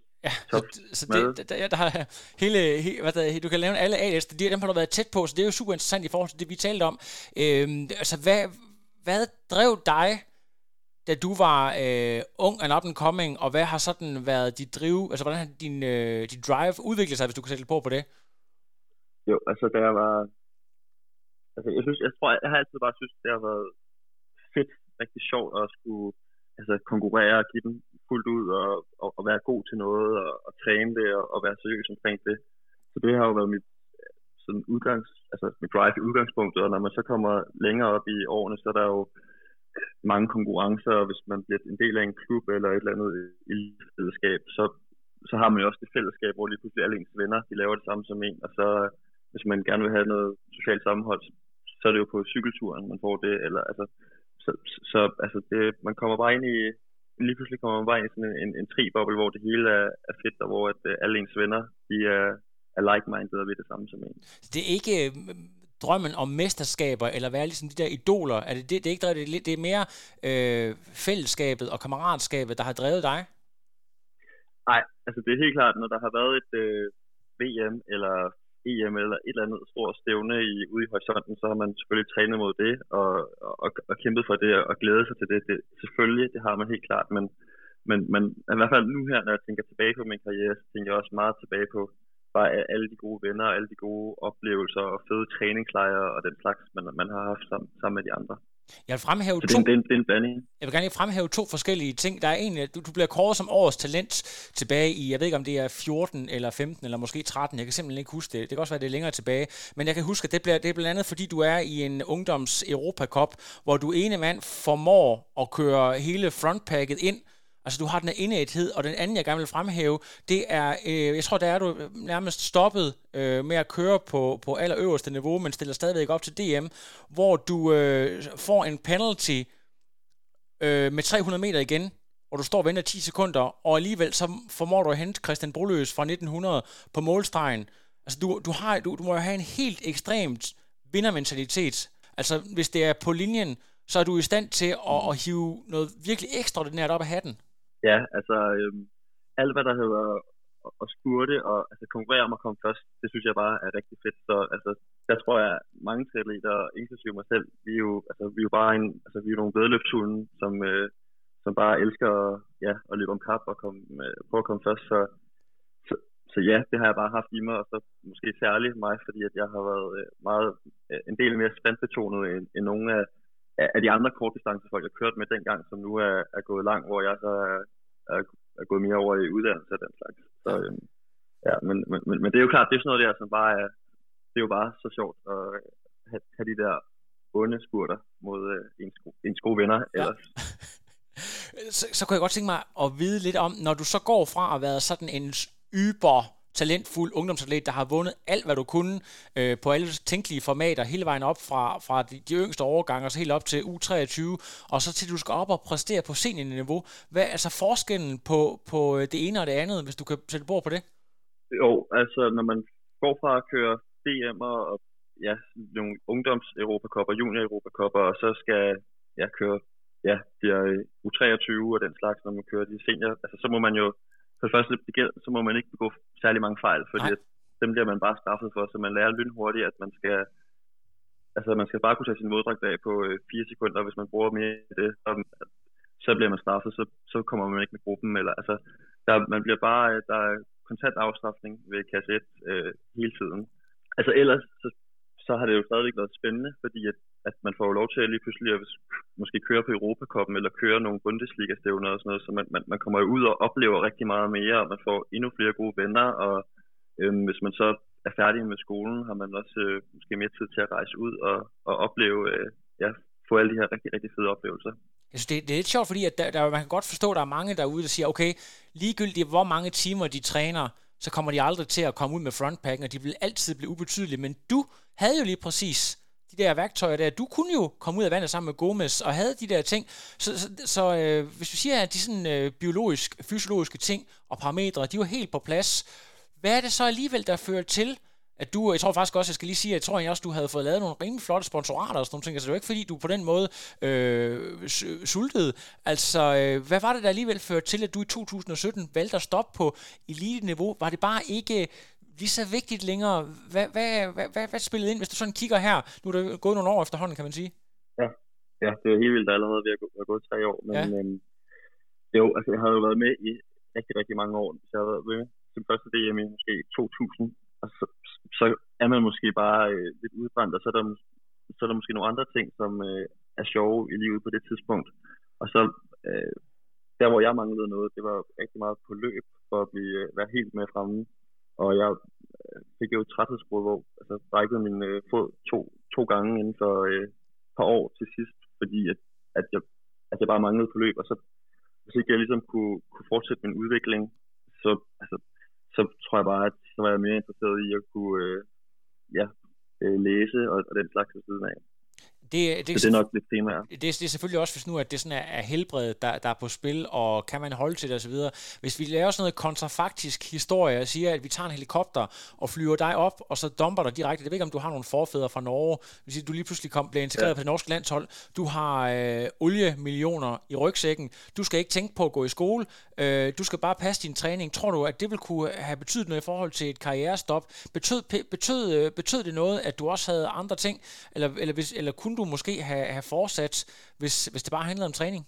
der har hele, du kan lave alle A-lister, dem har du været tæt på, så det er jo super interessant i forhold til det, vi talte om. Altså, hvad drev dig, da du var ung and up and coming, og hvad har sådan været dit drive, altså hvordan har din drive udviklet sig, hvis du kan sætte på det? Jo, altså da jeg var, altså jeg har altid bare synes, det har været fedt, rigtig sjovt at skulle konkurrere og give den fuldt ud og være god til noget og træne det og være seriøs omkring det. Så det har jo været mit drive i udgangspunktet, og når man så kommer længere op i årene, så er der jo mange konkurrencer, og hvis man bliver en del af en klub eller et eller andet elitefællesskab, så har man jo også det fællesskab, hvor lige pludselig alle ens venner, de laver det samme som en, og så hvis man gerne vil have noget socialt sammenhold, så er det jo på cykelturen, man får det, eller så det, man kommer bare ind i, lige pludselig kommer man bare ind i sådan en tri-boble, hvor det hele er fedt, og hvor at alle ens venner, de er like-minded og ved det samme som en. Det er ikke drømmen om mesterskaber, eller være ligesom de der idoler, det er ikke det er mere fællesskabet og kammeratskabet, der har drevet dig? Nej, altså det er helt klart, når der har været et VM eller EM eller et eller andet stort stævne ude i horisonten, så har man selvfølgelig trænet mod det og kæmpet for det og glædet sig til det. Selvfølgelig, det har man helt klart, men i hvert fald nu her, når jeg tænker tilbage på min karriere, så tænker jeg også meget tilbage på bare alle de gode venner, alle de gode oplevelser og fede træningslejre og den slags, man har haft sammen med de andre. Jeg vil fremhæve Jeg vil gerne fremhæve 2 forskellige ting. Der er en, du bliver kåret som årets talent tilbage i, jeg ved ikke om det er 14 eller 15 eller måske 13, jeg kan simpelthen ikke huske det. Det kan også være, det er længere tilbage. Men jeg kan huske, at det er blandt andet, fordi du er i en ungdoms Europa Cup, hvor du ene mand formår at køre hele frontpacket ind. Altså, du har den her indæthed, og den anden, jeg gerne vil fremhæve, det er, jeg tror, der er du nærmest stoppet med at køre på allerøverste niveau, men stiller stadigvæk op til DM, hvor du får en penalty med 300 meter igen, hvor du står og venter 10 sekunder, og alligevel så formår du at hente Christian Broløs fra 1900 på målstregen. Altså, du må jo have en helt ekstremt vindermentalitet. Altså, hvis det er på linjen, så er du i stand til at hive noget virkelig ekstraordinært op af hatten. Ja, altså alt hvad der hedder at spurte og konkurrere om at komme først, det synes jeg bare er rigtig fedt. Så altså, der tror jeg, mange triatleter, inklusive mig selv, vi er jo bare vi er nogle væddeløbshunde, som bare elsker at løbe om kap og prøve at komme først. Så ja, det har jeg bare haft i mig, og så måske særligt mig, fordi at jeg har været meget en del mere sprintbetonet end nogle af de andre kortdistancefolk, jeg kørt med dengang, som nu er gået langt, hvor jeg så er gået mere over i uddannelse af den slags. Så ja, men det er jo klart, det er sådan noget der, som bare det er jo bare så sjovt at have de der onde spurter mod ens gode venner ellers. Ja. Så kunne jeg godt tænke mig at vide lidt om, når du så går fra at være sådan en talentfuld ungdomsatlet, der har vundet alt, hvad du kunne på alle tænkelige formater, hele vejen op fra de yngste årgange, og så helt op til U23, og så til du skal op og præstere på seniorniveau. Hvad er altså forskellen på det ene og det andet, hvis du kan sætte bord på det? Jo, altså når man går fra at køre DM'er og nogle ungdoms-Europacup og junior-Europacup, og så skal køre de er U23 og den slags, når man kører de senior, altså så må man jo for det første, så må man ikke begå særlig mange fejl, fordi dem bliver man bare straffet for, så man lærer lynhurtigt, at man skal bare kunne tage sin våddragt af på 4 sekunder, hvis man bruger mere af det, så bliver man straffet, så kommer man ikke med gruppen, eller altså, man bliver bare, der er kontant afstraffning ved kasse 1 hele tiden. Altså ellers, så har det jo stadigvæk været spændende, fordi at man får jo lov til at lige pludselig at måske køre på Europacuppen, eller køre nogle Bundesliga-stævner og sådan noget, så man kommer jo ud og oplever rigtig meget mere, og man får endnu flere gode venner, og hvis man så er færdig med skolen, har man også måske mere tid til at rejse ud og opleve, få alle de her rigtig, rigtig fede oplevelser. Jeg synes, det er lidt sjovt, fordi at man kan godt forstå, at der er mange derude, der siger, okay, ligegyldigt hvor mange timer de træner, så kommer de aldrig til at komme ud med frontpacken, og de vil altid blive ubetydelige. Men du havde jo lige præcis de der værktøjer der. Du kunne jo komme ud af vandet sammen med Gomez og havde de der ting. Så hvis vi siger, at de sådan fysiologiske ting og parametre, de var helt på plads, hvad er det så alligevel, der fører til, at du, jeg tror faktisk også, jeg skal lige sige, at jeg tror også, du havde fået lavet nogle rimelig flotte sponsorater og sådan nogle ting. Altså det var ikke fordi, du på den måde sultede. Altså, hvad var det, der alligevel førte til, at du i 2017 valgte at stoppe på elite-niveau? Var det bare ikke lige så vigtigt længere? Hvad spillede ind, hvis du sådan kigger her? Nu er det gået nogle år efterhånden, kan man sige. Ja, det er helt vildt allerede ved at gå 3 år. Men jo, altså jeg har jo været med i rigtig, rigtig mange år. Så jeg har været med til første DM i måske 2000. Og så er man måske bare lidt udbrændt, og så er der måske nogle andre ting, som er sjove i livet på det tidspunkt. Og så der, hvor jeg manglede noget, det var rigtig meget på løb for at være helt med fremme. Og jeg fik jo et træthedsbrud, hvor jeg brækkede min fod to gange inden for et par år til sidst, fordi at jeg bare manglede på løb. Og så hvis ikke jeg ligesom kunne fortsætte min udvikling, så tror jeg bare, at så var jeg mere interesseret i at kunne læse og den slags ved siden af. Det er nok lidt temaer. Det er selvfølgelig også, hvis nu at det sådan er helbredet, der er på spil, og kan man holde til det osv. Hvis vi laver sådan noget kontrafaktisk historie og siger, at vi tager en helikopter og flyver dig op, og så dumper dig direkte. Jeg ved ikke, om du har nogle forfædre fra Norge. Hvis du lige pludselig bliver integreret på det norske landshold. Du har oliemillioner i rygsækken. Du skal ikke tænke på at gå i skole. Du skal bare passe din træning. Tror du, at det vil kunne have betydet noget i forhold til et karrierestop? Betød det noget, at du også havde andre ting? Eller kunne du måske have fortsat, hvis det bare handlede om træning?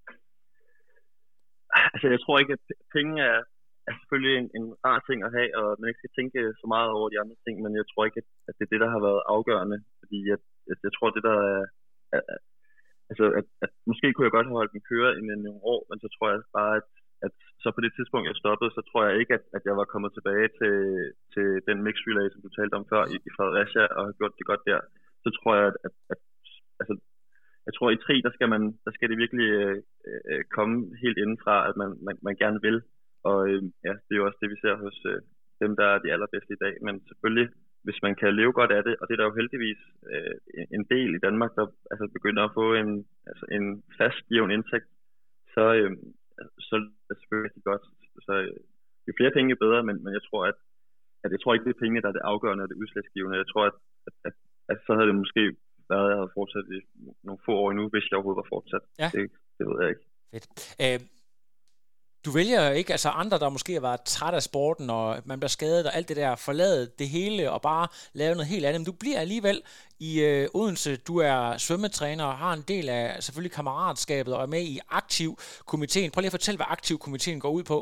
Altså, jeg tror ikke, at penge er selvfølgelig en rar ting at have, og man ikke skal tænke så meget over de andre ting, men jeg tror ikke, at det er det, der har været afgørende, fordi jeg tror, det der er altså, at måske kunne jeg godt have holdt den køre i nogle år, men så tror jeg bare, at så på det tidspunkt, jeg stoppede, så tror jeg ikke, at jeg var kommet tilbage til den mixed relay, som du talte om før i Fredericia, og har gjort det godt der. Så tror jeg, at jeg tror, i tri, der skal det virkelig komme helt indenfra, at man gerne vil. Og det er jo også det, vi ser hos dem, der er de allerbedste i dag. Men selvfølgelig, hvis man kan leve godt af det, og det er der jo heldigvis en del i Danmark, der begynder at få en fast, jævn indtægt, så er det selvfølgelig rigtig godt. Så jo flere penge, jo bedre, men jeg tror, at jeg tror ikke, det er penge, der er det afgørende og det udslagsgivende. Jeg tror, at så havde det måske været, at jeg havde fortsat i nogle få år endnu, hvis jeg overhovedet var fortsat. Ja. Det ved jeg ikke. Fedt. Du vælger ikke, altså andre, der måske har været træt af sporten, og man bliver skadet og alt det der, forlade det hele og bare lave noget helt andet. Men du bliver alligevel i Odense. Du er svømmetræner og har en del af selvfølgelig kammeratskabet og er med i aktivkomiteen. Prøv lige at fortælle, hvad aktivkomiteen går ud på.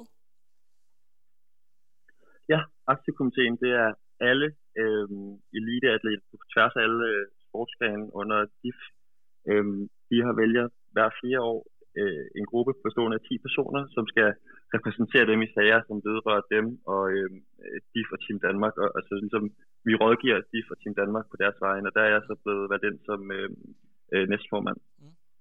Ja, aktivkomiteen, det er alle eliteatleter på tværs af alle sportsgrene under DIF. De har vælger hver 4 år en gruppe bestående af 10 personer, som skal repræsentere dem i sager, som vedrører dem og DIF og Team Danmark. Og altså ligesom vi rådgiver DIF og Team Danmark på deres vegne, og der er jeg så blevet valgt ind som næstformand.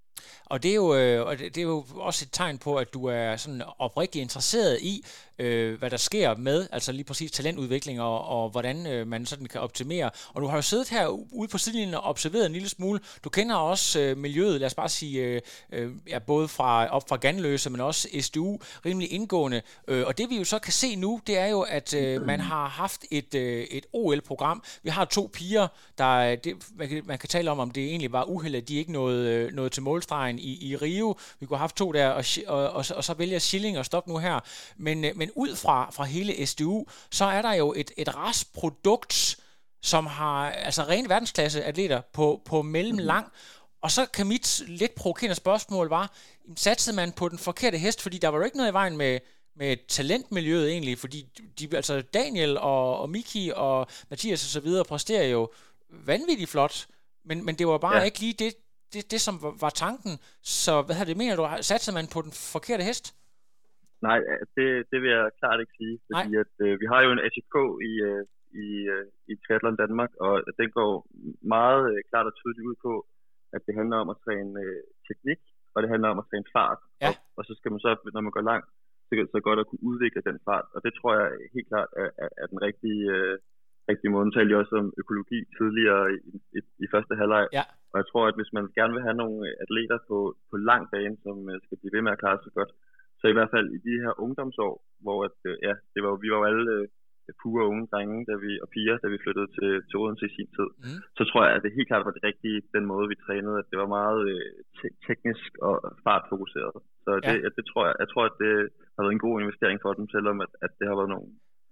Og det er jo også et tegn på, at du er sådan oprigtigt interesseret i, hvad der sker med, altså lige præcis talentudvikling og hvordan man sådan kan optimere. Og du har jo siddet her ude på sidelinjen og observeret en lille smule. Du kender også miljøet, lad os bare sige, både op fra Ganløse, men også SDU, rimelig indgående. Og det vi jo så kan se nu, det er jo, at man har haft et OL-program. Vi har 2 piger, man kan tale om det egentlig var uheld, at de ikke nåede til målstregen i Rio. Vi kunne have haft 2 der, og så vælger Schilling at stoppe nu her. Men ud fra hele SDU, så er der jo et restprodukt, som har altså rene verdensklasse atleter på mellemlang. Og så kan mit lidt provokerende spørgsmål var, satsede man på den forkerte hest, fordi der var jo ikke noget i vejen med talentmiljøet egentlig, fordi altså Daniel og Miki og Mathias og så videre præsterer jo vanvittigt flot, men det var bare ikke lige det som var tanken. Så mener du, satsede man på den forkerte hest? Nej, det vil jeg klart ikke sige, fordi at, vi har jo en ATK i Triathlon Danmark, og den går meget klart og tydeligt ud på, at det handler om at træne teknik, og det handler om at træne fart. Ja. Og så skal man så, når man går langt, så godt at kunne udvikle den fart. Og det tror jeg helt klart er den rigtige måde. Nu talte jeg også om økologi tidligere i første halvleg. Ja. Og jeg tror, at hvis man gerne vil have nogle atleter på lang bane, som skal blive ved med at klare sig godt, så i hvert fald i de her ungdomsår, hvor vi var jo alle pure unge drenge og piger, da vi flyttede til Odense i sin tid, så tror jeg, at det helt klart var det rigtige, den måde vi trænede, at det var meget teknisk og fartfokuseret. Så det tror jeg tror, at det har været en god investering for dem, selvom at det har været nogle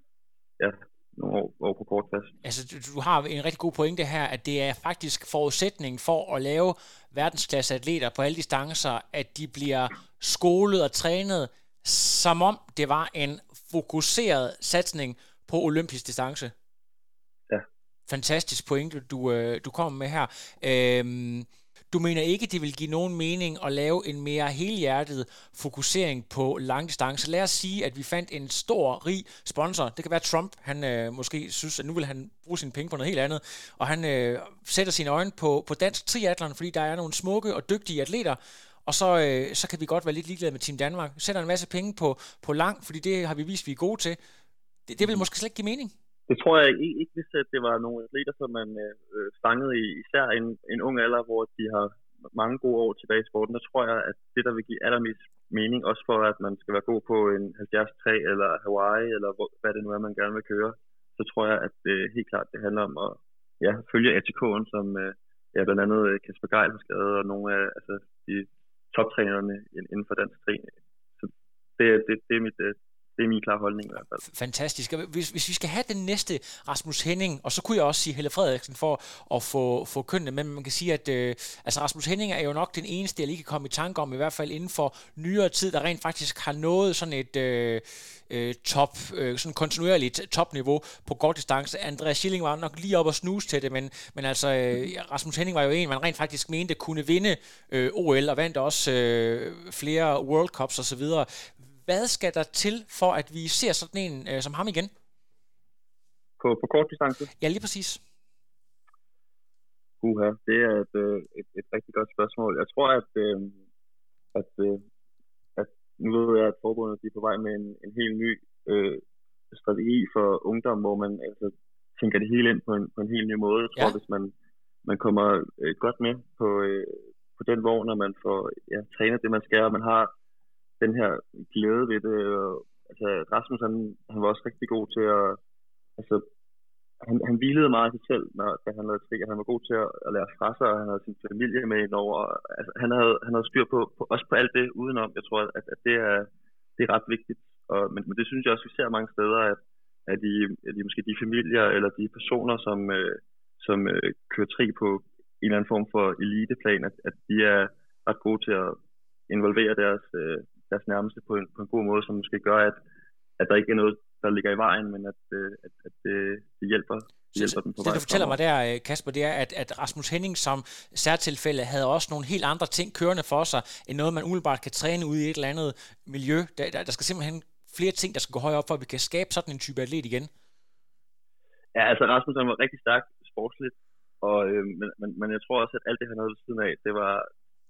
år på kort fast. Altså, du har en rigtig god pointe her, at det er faktisk forudsætning for at lave verdensklasse atleter på alle distancer, at de bliver skolet og trænet, som om det var en fokuseret satsning på olympisk distance. Ja. Fantastisk pointe, du kommer med her. Du mener ikke, det vil give nogen mening at lave en mere helhjertet fokusering på langdistance? Lad os sige, at vi fandt en stor, rig sponsor. Det kan være Trump. Han måske synes, at nu vil han bruge sine penge på noget helt andet. Og han sætter sine øjne på dansk triathlon, fordi der er nogle smukke og dygtige atleter. Og så kan vi godt være lidt ligeglade med Team Danmark. Sætter en masse penge på lang, fordi det har vi vist, vi er gode til. Det vil måske slet ikke give mening. Det tror jeg ikke, hvis det var nogle atleter, som man fangede i især en ung alder, hvor de har mange gode år tilbage i sporten. Der tror jeg, at det, der vil give allermest mening, også for at man skal være god på en 70-3 eller Hawaii, eller hvad det nu er, man gerne vil køre, så tror jeg, at helt klart det handler om at følge ATK'en, som blandt andet Kasper Geil har skrevet, og nogle af de toptrænerne inden for dansk træning. Så det er min klare holdning i hvert fald. Fantastisk. Hvis vi skal have den næste Rasmus Henning, og så kunne jeg også sige Helle Frederiksen for at få kønnene, men man kan sige, at Rasmus Henning er jo nok den eneste, jeg lige kan komme i tanke om, i hvert fald inden for nyere tid, der rent faktisk har nået sådan et sådan kontinuerligt topniveau på kort distance. Andreas Schilling var nok lige op og snuse til det, men altså Rasmus Henning var jo en, man rent faktisk mente kunne vinde OL, og vandt også flere World Cups og så videre. Hvad skal der til, for at vi ser sådan en som ham igen? På kort distance? Ja, lige præcis. Det er et rigtig godt spørgsmål. Jeg tror, at nu ved jeg, at forbundet er på vej med en helt ny strategi for ungdom, hvor man altså tænker det hele ind på en helt ny måde. Jeg tror, hvis man kommer godt med på den vogn, når man får trænet det, man skal, og man har den her glæde ved det. Altså, Rasmus, han var også rigtig god til at... Altså, han hvilede meget af sig selv, da han lavede tri, og han var god til at lære fra sig, og han havde sin familie med indover. Altså, han havde styr på også på alt det udenom. Jeg tror, at det er ret vigtigt. Men det synes jeg også, vi ser mange steder, at de måske de familier, eller de personer, som kører tri på en eller anden form for eliteplan, at de er ret gode til at involvere deres nærmeste på en god måde, som måske gør, at der ikke er noget, der ligger i vejen, men at det hjælper dem på vej. Det, du fortæller mig der, Kasper, det er, at Rasmus Henning som særtilfælde havde også nogle helt andre ting kørende for sig, end noget, man umiddelbart kan træne ude i et eller andet miljø. Der skal simpelthen flere ting, der skal gå højere op, for at vi kan skabe sådan en type atlet igen. Ja, altså Rasmus var rigtig stærk sportsligt, men jeg tror også, at alt det, han havde ved siden af,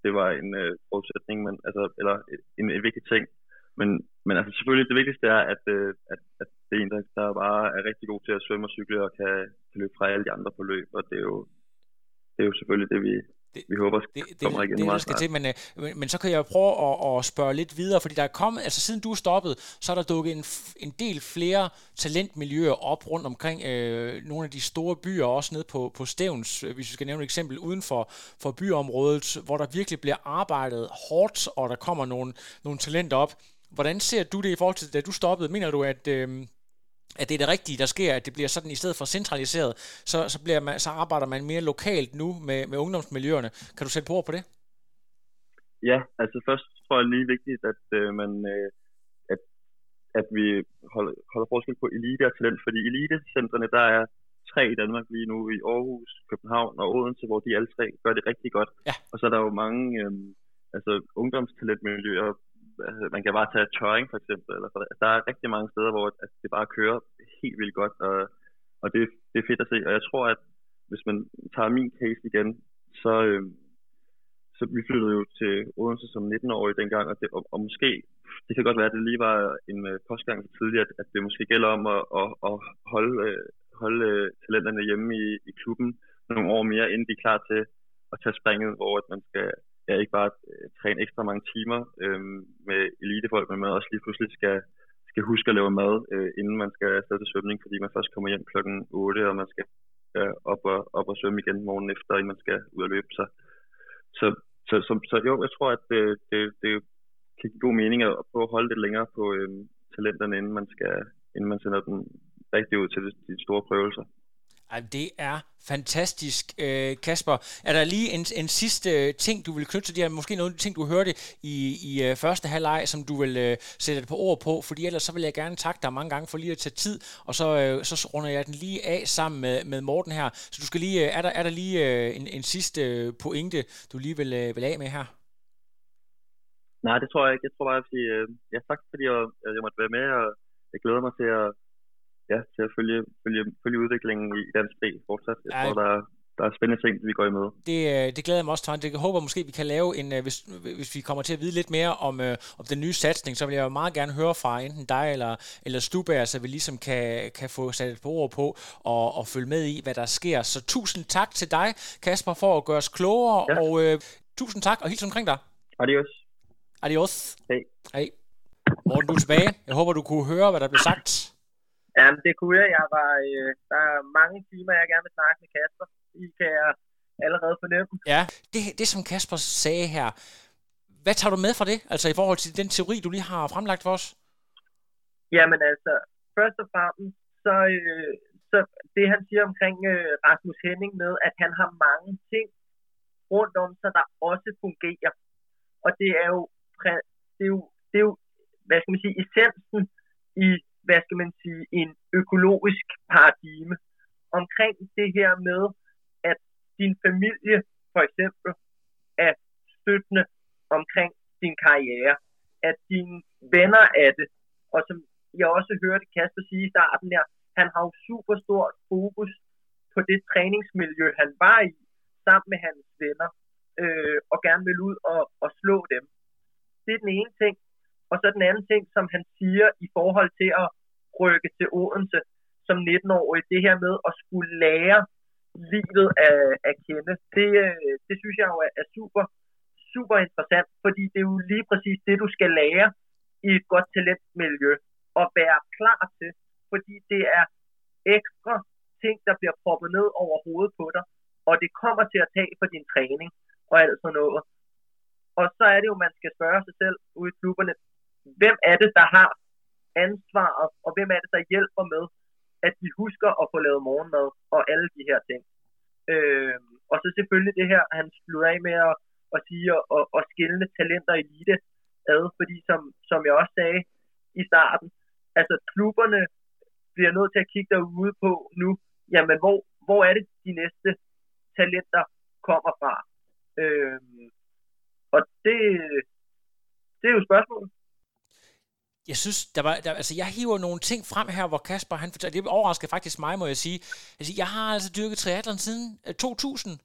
det var en forudsætning, men, altså, eller en vigtig ting. Men altså selvfølgelig det vigtigste er, at det er en, der bare er rigtig god til at svømme og cykle og kan løbe fra alle de andre på løb, og det er jo selvfølgelig det, vi håber kommer igen meget snart. Til, men så kan jeg prøve at spørge lidt videre, fordi der er kommet, altså siden du er stoppet, så er der dukket en del flere talentmiljøer op rundt omkring nogle af de store byer, også nede på Stevns, hvis vi skal nævne et eksempel, uden for byområdet, hvor der virkelig bliver arbejdet hårdt, og der kommer nogle talenter op. Hvordan ser du det i forhold til, da du stoppede? Mener du, at det er det rigtige, der sker, at det bliver sådan, i stedet for centraliseret, så arbejder man mere lokalt nu med ungdomsmiljøerne. Kan du sætte på ord på det? Ja, altså først tror jeg lige vigtigt, at vi holder forskel på elite og talent, fordi elitecentrene, der er 3 i Danmark lige nu, i Aarhus, København og Odense, hvor de alle 3 gør det rigtig godt. Ja. Og så er der jo mange ungdomstalentmiljøer. Man kan bare tage Tøring for eksempel, der er rigtig mange steder, hvor det bare kører helt vildt godt, og det er fedt at se, og jeg tror, at hvis man tager min case igen, så vi flyttede jo til Odense som 19-årig dengang, og måske, det kan godt være, at det lige var en postgang for tidligere, at det måske gælder om at holde talenterne hjemme i klubben nogle år mere, inden de er klar til at tage springet, hvor at man skal ikke bare træne ekstra mange timer med elitefolk, men man også lige pludselig skal huske at lave mad, inden man skal afsted til svømning, fordi man først kommer hjem klokken 8, og man skal op og svømme igen morgen efter, inden man skal ud og løbe. Så jo, jeg tror, at det kan give god mening at prøve at holde lidt længere på talenterne, inden man sender dem rigtig ud til de store prøvelser. Det er fantastisk, Kasper. Er der lige en sidste ting, du vil knytte til det her? Måske noget ting, du hørte i første halvleg, som du vil sætte et par ord på, fordi ellers så vil jeg gerne takke dig mange gange for lige at tage tid, og så runder jeg den lige af sammen med Morten her. Så du skal lige, er der lige en sidste pointe, du lige vil af med her? Nej, det tror jeg ikke. Jeg tror bare, at jeg tak, fordi jeg måtte være med, og jeg glæder mig til at følge udviklingen i dansk fri fortsat. Jeg tror, der er spændende ting, vi går imod. Det glæder jeg mig også til. Jeg håber måske, vi kan lave hvis vi kommer til at vide lidt mere om den nye satsning, så vil jeg jo meget gerne høre fra enten dig eller Stubager, så vi ligesom kan få sat et par ord på og følge med i, hvad der sker. Så tusind tak til dig, Kasper, for at gøre os klogere, og tusind tak, og hils omkring dig. Adios. Hej. Morten, du er tilbage. Jeg håber, du kunne høre, hvad der blev sagt. Jamen, det kunne jeg. Der er mange timer, jeg gerne vil snakke med Kasper. I kan jeg allerede fornemme. Ja, det som Kasper sagde her, hvad tager du med fra det? Altså i forhold til den teori, du lige har fremlagt for os? Jamen altså, først og fremmest, så det han siger omkring Rasmus Henning med, at han har mange ting rundt om sig, der også fungerer. Og det er jo, hvad skal man sige, essensen i, hvad skal man sige, en økologisk paradigme omkring det her med, at din familie for eksempel er støttende omkring din karriere, at dine venner er det, og som jeg også hørte Kasper sige i starten her, han har jo super stort fokus på det træningsmiljø, han var i, sammen med hans venner, og gerne vil ud og slå dem. Det er den ene ting. Og så den anden ting, som han siger i forhold til at rykke til Odense som 19-årig, det her med at skulle lære livet at kende, det synes jeg jo er super, super interessant, fordi det er jo lige præcis det, du skal lære i et godt talentmiljø, og være klar til, fordi det er ekstra ting, der bliver proppet ned over hovedet på dig, og det kommer til at tage for din træning og alt sådan noget. Og så er det jo, man skal spørge sig selv ude i klubberne, hvem er det, der har ansvaret, og hvem er det, der hjælper med, at de husker at få lavet morgenmad og alle de her ting. Og så selvfølgelig det her, han slutter af med at sige og skille talenter i elite ad, fordi som jeg også sagde i starten, altså klubberne bliver nødt til at kigge derude på nu, jamen hvor er det de næste talenter kommer fra? Og det er jo spørgsmålet. Jeg synes, altså jeg hiver nogle ting frem her, hvor Kasper, det overrasker faktisk mig, må jeg sige. Altså, jeg har altså dyrket triathlon siden 2000.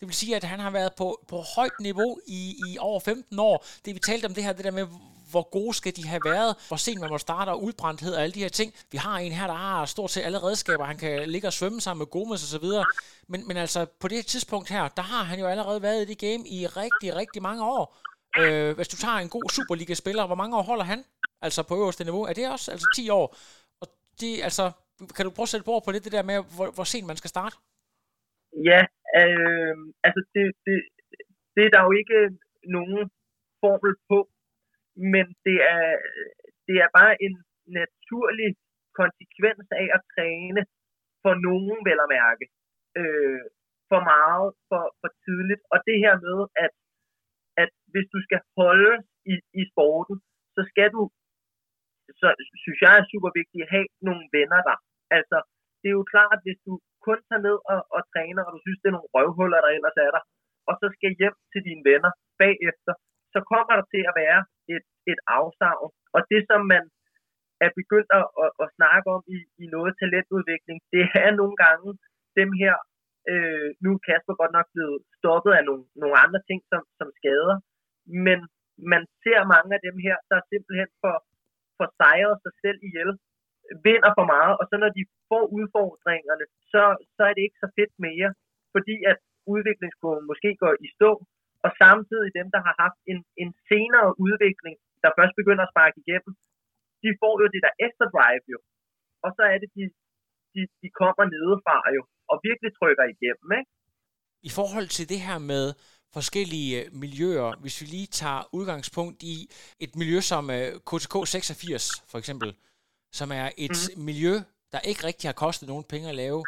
Det vil sige, at han har været på højt niveau i over 15 år. Det vi talte om det her, det der med, hvor gode skal de have været, hvor sent man må starte, og udbrændthed og alle de her ting. Vi har en her, der har stort set alle redskaber. Han kan ligge og svømme sammen med Gomez og så videre. Men altså, på det tidspunkt her, der har han jo allerede været i det game i rigtig, rigtig mange år. Hvis du tager en god Superliga-spiller, hvor mange år holder han? Altså på øverste niveau. Er det også? Altså 10 år? Og det, altså, kan du prøve at sætte på det der med, hvor sent man skal starte? Ja, altså det er der jo ikke nogen formel på, men det er bare en naturlig konsekvens af at træne for nogen, vel at mærke, for meget, for tidligt. Og det her med, at hvis du skal holde i sporten, så skal du, så synes jeg er super vigtigt at have nogle venner der. Altså, det er jo klart, at hvis du kun tager ned og træner, og du synes, det er nogle røvhuller, der ellers er der, og så skal hjem til dine venner bagefter, så kommer der til at være et afsavn. Og det, som man er begyndt at snakke om i noget talentudvikling, det er nogle gange dem her, nu er Kasper godt nok blevet stoppet af nogle andre ting, som skader, men man ser mange af dem her, der simpelthen for sejret sig selv ihjel, vinder for meget, og så når de får udfordringerne, så er det ikke så fedt mere, fordi at udviklingskurven måske går i stå, og samtidig dem, der har haft en senere udvikling, der først begynder at sparke igennem, de får jo det der ekstra drive jo, og så er det, de kommer nedefra jo, og virkelig trykker igennem, ikke? I forhold til det her med forskellige miljøer, hvis vi lige tager udgangspunkt i et miljø som KTK 86 for eksempel, som er et miljø, der ikke rigtig har kostet nogen penge at lave,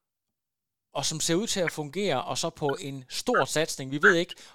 og som ser ud til at fungere, og så på en stor satsning. Vi ved ikke,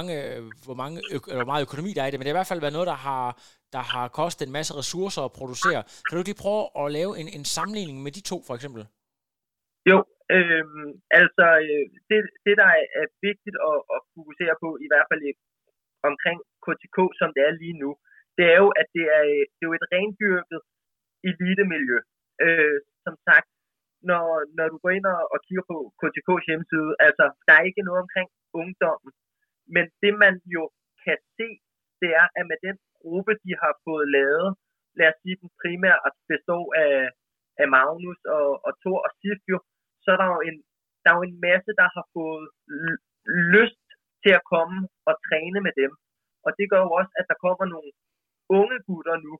hvor meget økonomi der er i det, men det har i hvert fald været noget, der har kostet en masse ressourcer at producere. Kan du lige prøve at lave en sammenligning med de to, for eksempel? Jo, altså det der er vigtigt at fokusere på, i hvert fald omkring KTK, som det er lige nu, det er jo, at det er jo et rendyrket elitemiljø. Som sagt, når du går ind og kigger på KTK's hjemmeside, altså der er ikke noget omkring ungdommen, men det man jo kan se, det er, at med den gruppe, de har fået lavet, lad os sige den primært består af Magnus og Thor og Sifjo, så er der jo en masse, der har fået lyst til at komme og træne med dem. Og det gør jo også, at der kommer nogle unge gutter nu,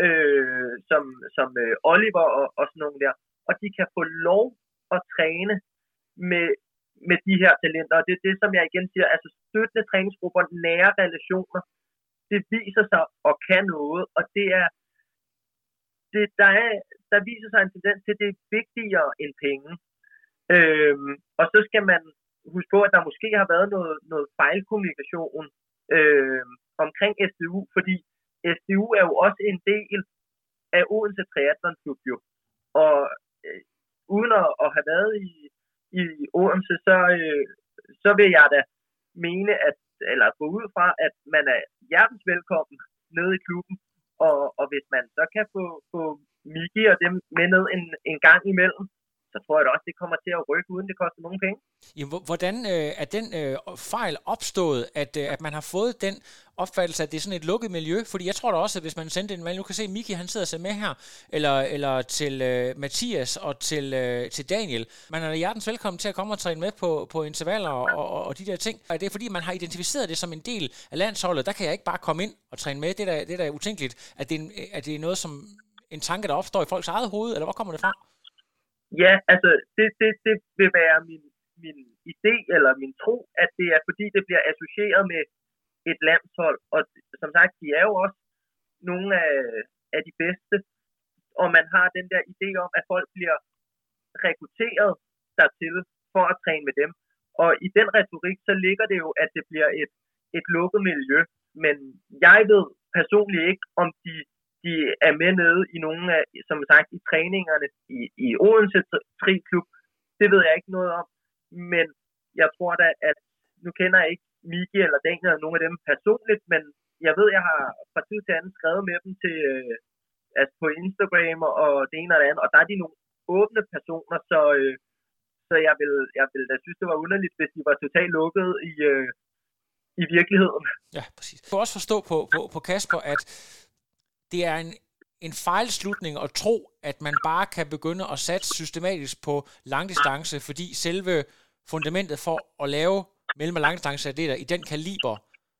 som Oliver og sådan nogle der, og de kan få lov at træne med de her talenter. Og det er det, som jeg igen siger, altså støttende træningsgrupper, nære relationer, det viser sig og kan noget, og det er der viser sig en tendens til, at det er vigtigere end penge. Og så skal man huske på, at der måske har været noget fejlkommunikation omkring SDU, fordi SDU er jo også en del af Odense Triathlon Klub jo. Og uden at have været i Odense, så vil jeg da mene, eller gå ud fra, at man er hjertens velkommen nede i klubben, og hvis man så kan få Miki og dem med ned en gang imellem, så tror jeg da også, det kommer til at rykke, uden det koster nogen penge. Jamen, hvordan er den fejl opstået, at man har fået den opfattelse, at det er sådan et lukket miljø? Fordi jeg tror da også, at hvis man sendte en mail, nu kan se, Miki, han sidder og ser med her, eller til Mathias og til Daniel. Man er hjertens velkommen til at komme og træne med på intervaller og de der ting. Og det er fordi, man har identificeret det som en del af landsholdet. Der kan jeg ikke bare komme ind og træne med. Det der er utænkeligt. At det er noget som en tanke, der opstår i folks eget hoved, eller hvor kommer det fra? Ja, altså det vil være min idé eller min tro, at det er fordi, det bliver associeret med et landshold. Og som sagt, de er jo også nogle af de bedste. Og man har den der idé om, at folk bliver rekrutteret dertil for at træne med dem. Og i den retorik, så ligger det jo, at det bliver et lukket miljø. Men jeg ved personligt ikke, om de er med nede i nogle af, som sagt, i træningerne i Odense Tri-klub. Det ved jeg ikke noget om, men jeg tror da, at nu kender jeg ikke Miki eller Daniel eller nogen af dem personligt, men jeg ved, jeg har fra tid til anden skrevet med dem til, altså på Instagram og det ene og det andet, og der er de nogle åbne personer, Så jeg vil da synes, det var underligt, hvis de var totalt lukket i virkeligheden. Ja, præcis. Jeg kan også forstå på Kasper, at det er en fejlslutning at tro, at man bare kan begynde at satse systematisk på langdistance, fordi selve fundamentet for at lave mellem- og langdistanceatleter i den kaliber,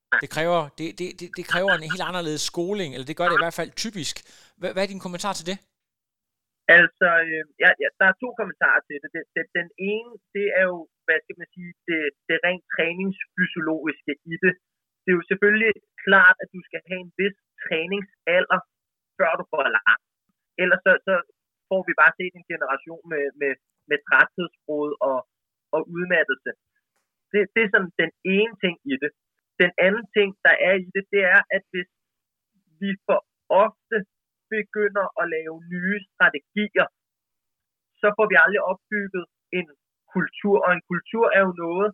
det kræver en helt anderledes skoling, eller det gør det i hvert fald typisk. Hvad er din kommentar til det? Altså, der er 2 kommentarer til det. Den ene, det er jo, hvad skal man sige, det rent træningsfysiologiske i det. Det er jo selvfølgelig klart, at du skal have en vis træningsalder, før du går langt. Ellers så får vi bare set en generation med træthedsbrud og udmattelse. Det er sådan den ene ting i det. Den anden ting, der er i det, det er, at hvis vi for ofte begynder at lave nye strategier, så får vi aldrig opbygget en kultur. Og en kultur er jo noget,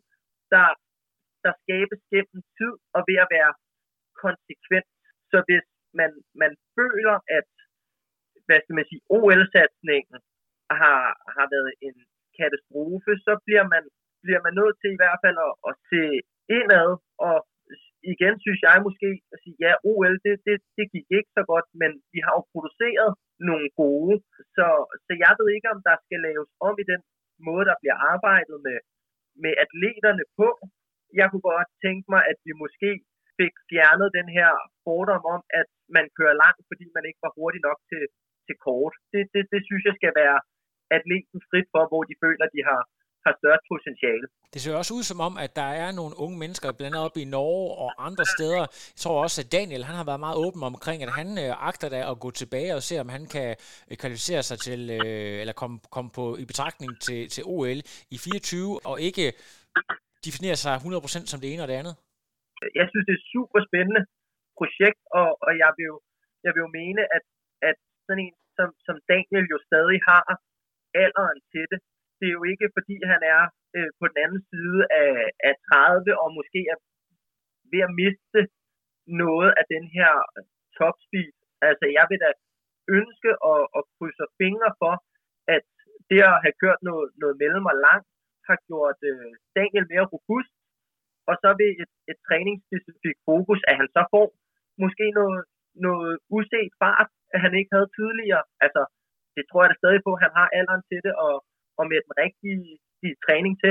der skabes gennem tid og ved at være konsekvent. Så hvis man føler, at hvad skal man sige, OL-satsningen har været en katastrofe, så bliver man nødt til i hvert fald at se indad, og igen synes jeg måske at sige, ja, OL, det gik ikke så godt, men vi har jo produceret nogle gode, så jeg ved ikke, om der skal laves om i den måde, der bliver arbejdet med atleterne på. Jeg kunne godt tænke mig, at vi måske fik fjernet den her fordom om, at man kører langt, fordi man ikke var hurtig nok til kort. Det synes jeg skal være atleten frit for, hvor de føler, at de har større potentiale. Det ser også ud som om, at der er nogle unge mennesker, blandt andet op i Norge og andre steder. Jeg tror også, at Daniel han har været meget åben omkring, at han agter da at gå tilbage og se, om han kan kvalificere sig til, eller komme i betragtning til OL i 24, og ikke definere sig 100% som det ene og det andet. Jeg synes, det er et super spændende projekt, og jeg vil jo mene, at sådan en som Daniel jo stadig har alderen til det. Det er jo ikke, fordi han er på den anden side af 30 og måske er ved at miste noget af den her topspeed. Altså, jeg vil da ønske at krydse fingre for, at det at have kørt noget mellem og langt har gjort Daniel mere robust, og så ved et træningsspecifikt fokus, at han så får måske noget uset fart, at han ikke havde tidligere. Altså, det tror jeg da stadig på, at han har alderen til det, og med den rigtige træning til,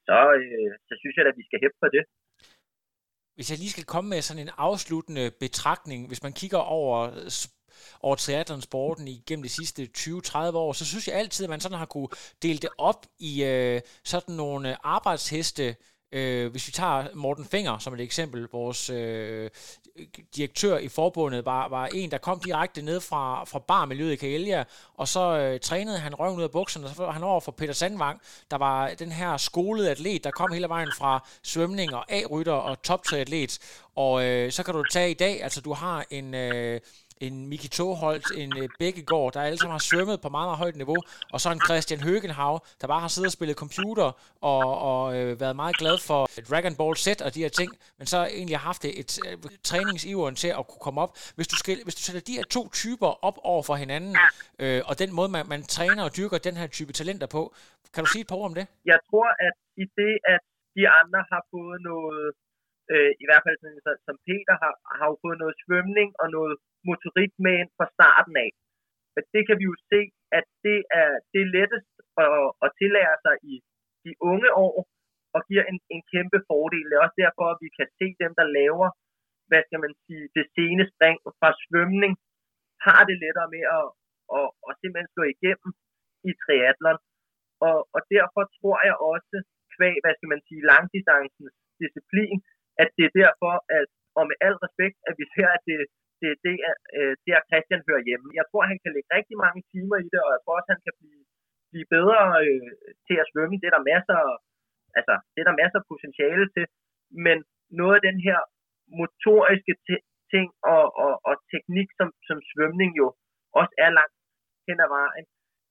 så synes jeg, at vi skal hæppe på det. Hvis jeg lige skal komme med sådan en afsluttende betragtning, hvis man kigger over triathlonsporten igennem de sidste 20-30 år, så synes jeg altid, at man sådan har kunne dele det op i sådan nogle arbejdsheste. Hvis vi tager Morten Fenger som et eksempel, vores direktør i forbundet var en, der kom direkte ned fra barmiljøet i Kaelia, og så trænede han røven ud af bukserne, og så var han over for Peter Sandvang, der var den her skolede atlet, der kom hele vejen fra svømning og A-rytter og toptriatlet, og så kan du tage i dag, altså du har en Miki Togholt, en Bækkegaard, der alle sammen har svømmet på meget, meget højt niveau, og så en Christian Høgenhav, der bare har siddet og spillet computer og været meget glad for Dragon Ball Z og de her ting, men så egentlig har haft et træningsiveren til at kunne komme op. Hvis du sætter de her 2 typer op over for hinanden, og den måde, man træner og dyrker den her type talenter på, kan du sige et par ord om det? Jeg tror, at i det, at de andre har fået noget, i hvert fald som Peter har jo fået noget svømning og noget motorik med ind fra starten af. Det kan vi jo se, at det er lettest at tillære sig i de unge år, og giver en kæmpe fordel. Det er også derfor, at vi kan se dem, der laver, hvad skal man sige, det sene spring fra svømning, har det lettere med at simpelthen slå igennem i triathlon. Og derfor tror jeg også, kvæg, hvad skal man sige, langdistancens disciplin, at det er derfor, at, og med al respekt, at vi ser, at det der Christian hører hjemme. Jeg tror, han kan lægge rigtig mange timer i det, og jeg tror også, han kan blive bedre til at svømme. Det er der masser af potentiale til, men noget af den her motoriske ting og teknik, som svømning jo også er langt hen ad vejen,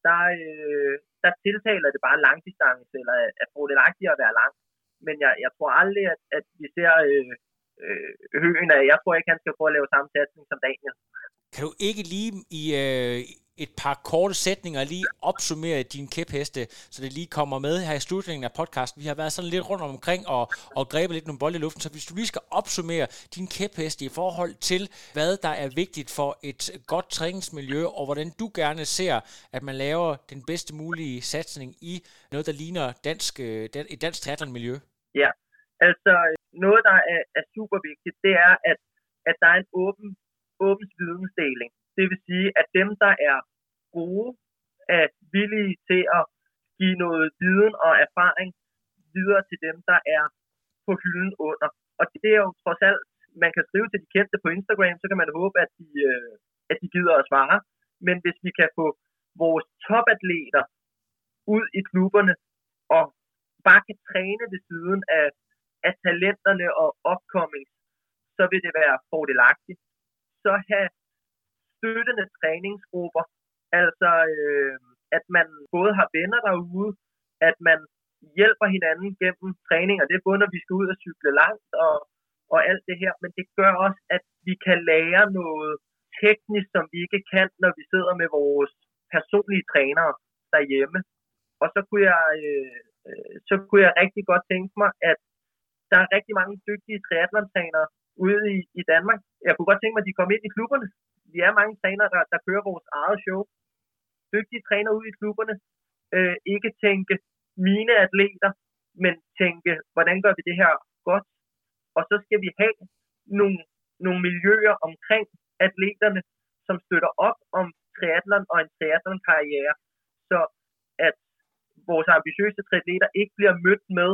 der tiltaler det bare langdistance, eller at fordelagtigt at være lang. Men jeg tror aldrig, at vi ser Høgen af. Jeg tror ikke, han skal prøve at lave samme satsning som Daniel. Kan du ikke lige et par korte sætninger lige opsummere dine kæpheste, så det lige kommer med her i slutningen af podcasten. Vi har været sådan lidt rundt omkring og grebet lidt nogle bolde i luften, så hvis du lige skal opsummere dine kæpheste i forhold til, hvad der er vigtigt for et godt træningsmiljø, og hvordan du gerne ser, at man laver den bedste mulige satsning i noget, der ligner et dansk triathlonmiljø. Ja, altså noget, der er super vigtigt, det er, at der er en åben vidensdeling. Det vil sige, at dem, der er gode, er villige til at give noget viden og erfaring videre til dem, der er på hylden under. Og det er jo trods alt, man kan skrive til de kendte på Instagram, så kan man håbe, at de gider at svare. Men hvis vi kan få vores topatleter ud i klubberne og bare kan træne ved siden af talenterne og upcoming, så vil det være fordelagtigt. Så have støttende træningsgrupper, altså at man både har venner derude, at man hjælper hinanden gennem træning, og det er både når vi skal ud og cykle langt og alt det her, men det gør også, at vi kan lære noget teknisk, som vi ikke kan, når vi sidder med vores personlige trænere derhjemme. Og så kunne jeg rigtig godt tænke mig, at der er rigtig mange dygtige triathlon-trænere ude i Danmark. Jeg kunne godt tænke mig, at de kom ind i klubberne. Vi er mange trænere, der kører vores eget show. Dygtige trænere ude i klubberne. Ikke tænke mine atleter, men tænke, hvordan gør vi det her godt? Og så skal vi have nogle miljøer omkring atleterne, som støtter op om triathlon og en triathlon-karriere, så at vores ambitiøse atleter ikke bliver mødt med,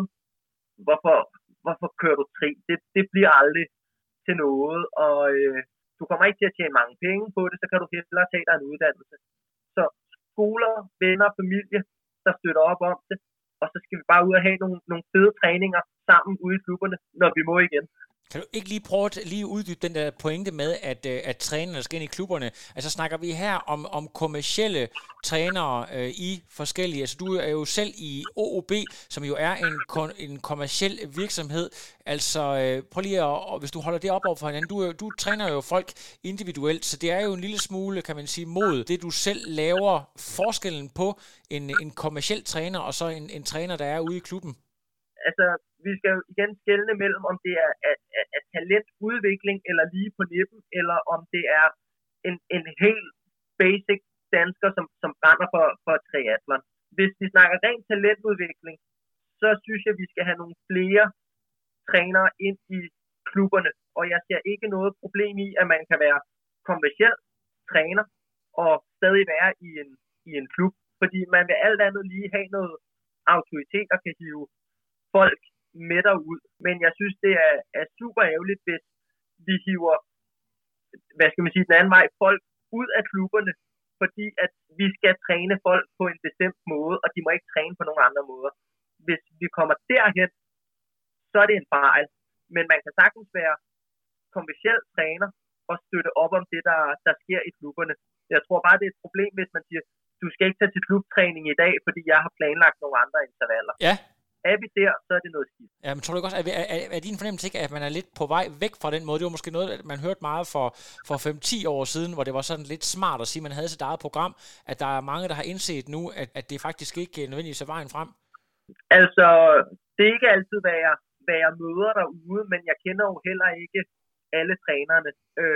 hvorfor kører du tri? Det bliver aldrig til noget, og du kommer ikke til at tjene mange penge på det, så kan du hellere tage dig en uddannelse. Så skoler, venner, familie, der støtter op om det, og så skal vi bare ud og have nogle fede træninger sammen ude i klubberne, når vi må igen. Kan du ikke lige prøve at uddybe den der pointe med, at trænerne skal ind i klubberne? Altså snakker vi her om kommercielle trænere i forskellige... Altså du er jo selv i OOB, som jo er en kommerciel virksomhed. Altså prøv lige at... Hvis du holder det op over for hinanden, du træner jo folk individuelt, så det er jo en lille smule, kan man sige, mod det du selv laver, forskellen på en kommerciel træner og så en træner, der er ude i klubben. Altså, vi skal jo igen skelne mellem, om det er talentudvikling, eller lige på nippen, eller om det er en helt basic dansker, som brænder for triathlon. Hvis vi snakker rent talentudvikling, så synes jeg, at vi skal have nogle flere trænere ind i klubberne. Og jeg ser ikke noget problem i, at man kan være kommerciel træner og stadig være i en klub. Fordi man vil alt andet lige have noget autoritet og kan hive folk med derud. Men jeg synes, det er super ærgerligt, hvis vi hiver, den anden vej, folk ud af klubberne, fordi at vi skal træne folk på en bestemt måde, og de må ikke træne på nogle andre måder. Hvis vi kommer derhen, så er det en fejl. Men man kan sagtens være kommerciel træner og støtte op om det, der sker i klubberne. Jeg tror bare, det er et problem, hvis man siger, du skal ikke tage til klubtræning i dag, fordi jeg har planlagt nogle andre intervaller. Ja. Er vi der, så er det noget skidt. Ja, men tror du ikke også, er din fornemmelse ikke, at man er lidt på vej væk fra den måde? Det var måske noget, man hørte meget for 5-10 år siden, hvor det var sådan lidt smart at sige, at man havde sit eget program, at der er mange, der har indset nu, at det faktisk ikke nødvendigvis er vejen frem. Altså, det er ikke altid, hvad jeg møder derude, men jeg kender jo heller ikke alle trænerne,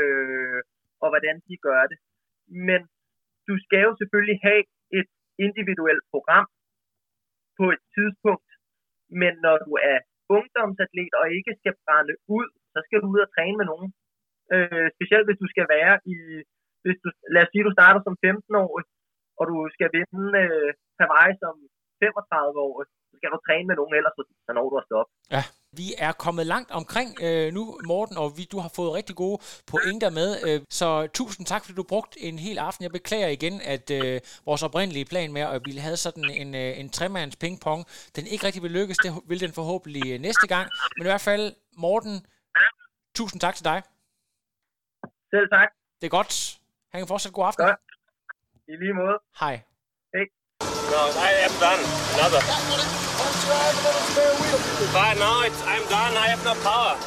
og hvordan de gør det. Men du skal jo selvfølgelig have et individuelt program på et tidspunkt, men når du er ungdomsatlet og ikke skal brænde ud, så skal du ud og træne med nogen. Specielt hvis du skal være lad os sige, du starter som 15-årig, og du skal vinde Hawaii som 35-årig, så skal du træne med nogen, ellers så når du at stoppe. Ja, vi er kommet langt omkring nu, Morten, og du har fået rigtig gode pointer med, så tusind tak, fordi du brugte en hel aften. Jeg beklager igen, at vores oprindelige plan med, at vi havde sådan en tremands pingpong, den ikke rigtig vil lykkes. Det vil den forhåbentlig næste gang. Men i hvert fald, Morten, tusind tak til dig. Selv tak. Det er godt. Ha' en fortsat god aften. Godt. I lige måde. Hej. Hej. No, I am done. Another. But no, I'm done. I have no power.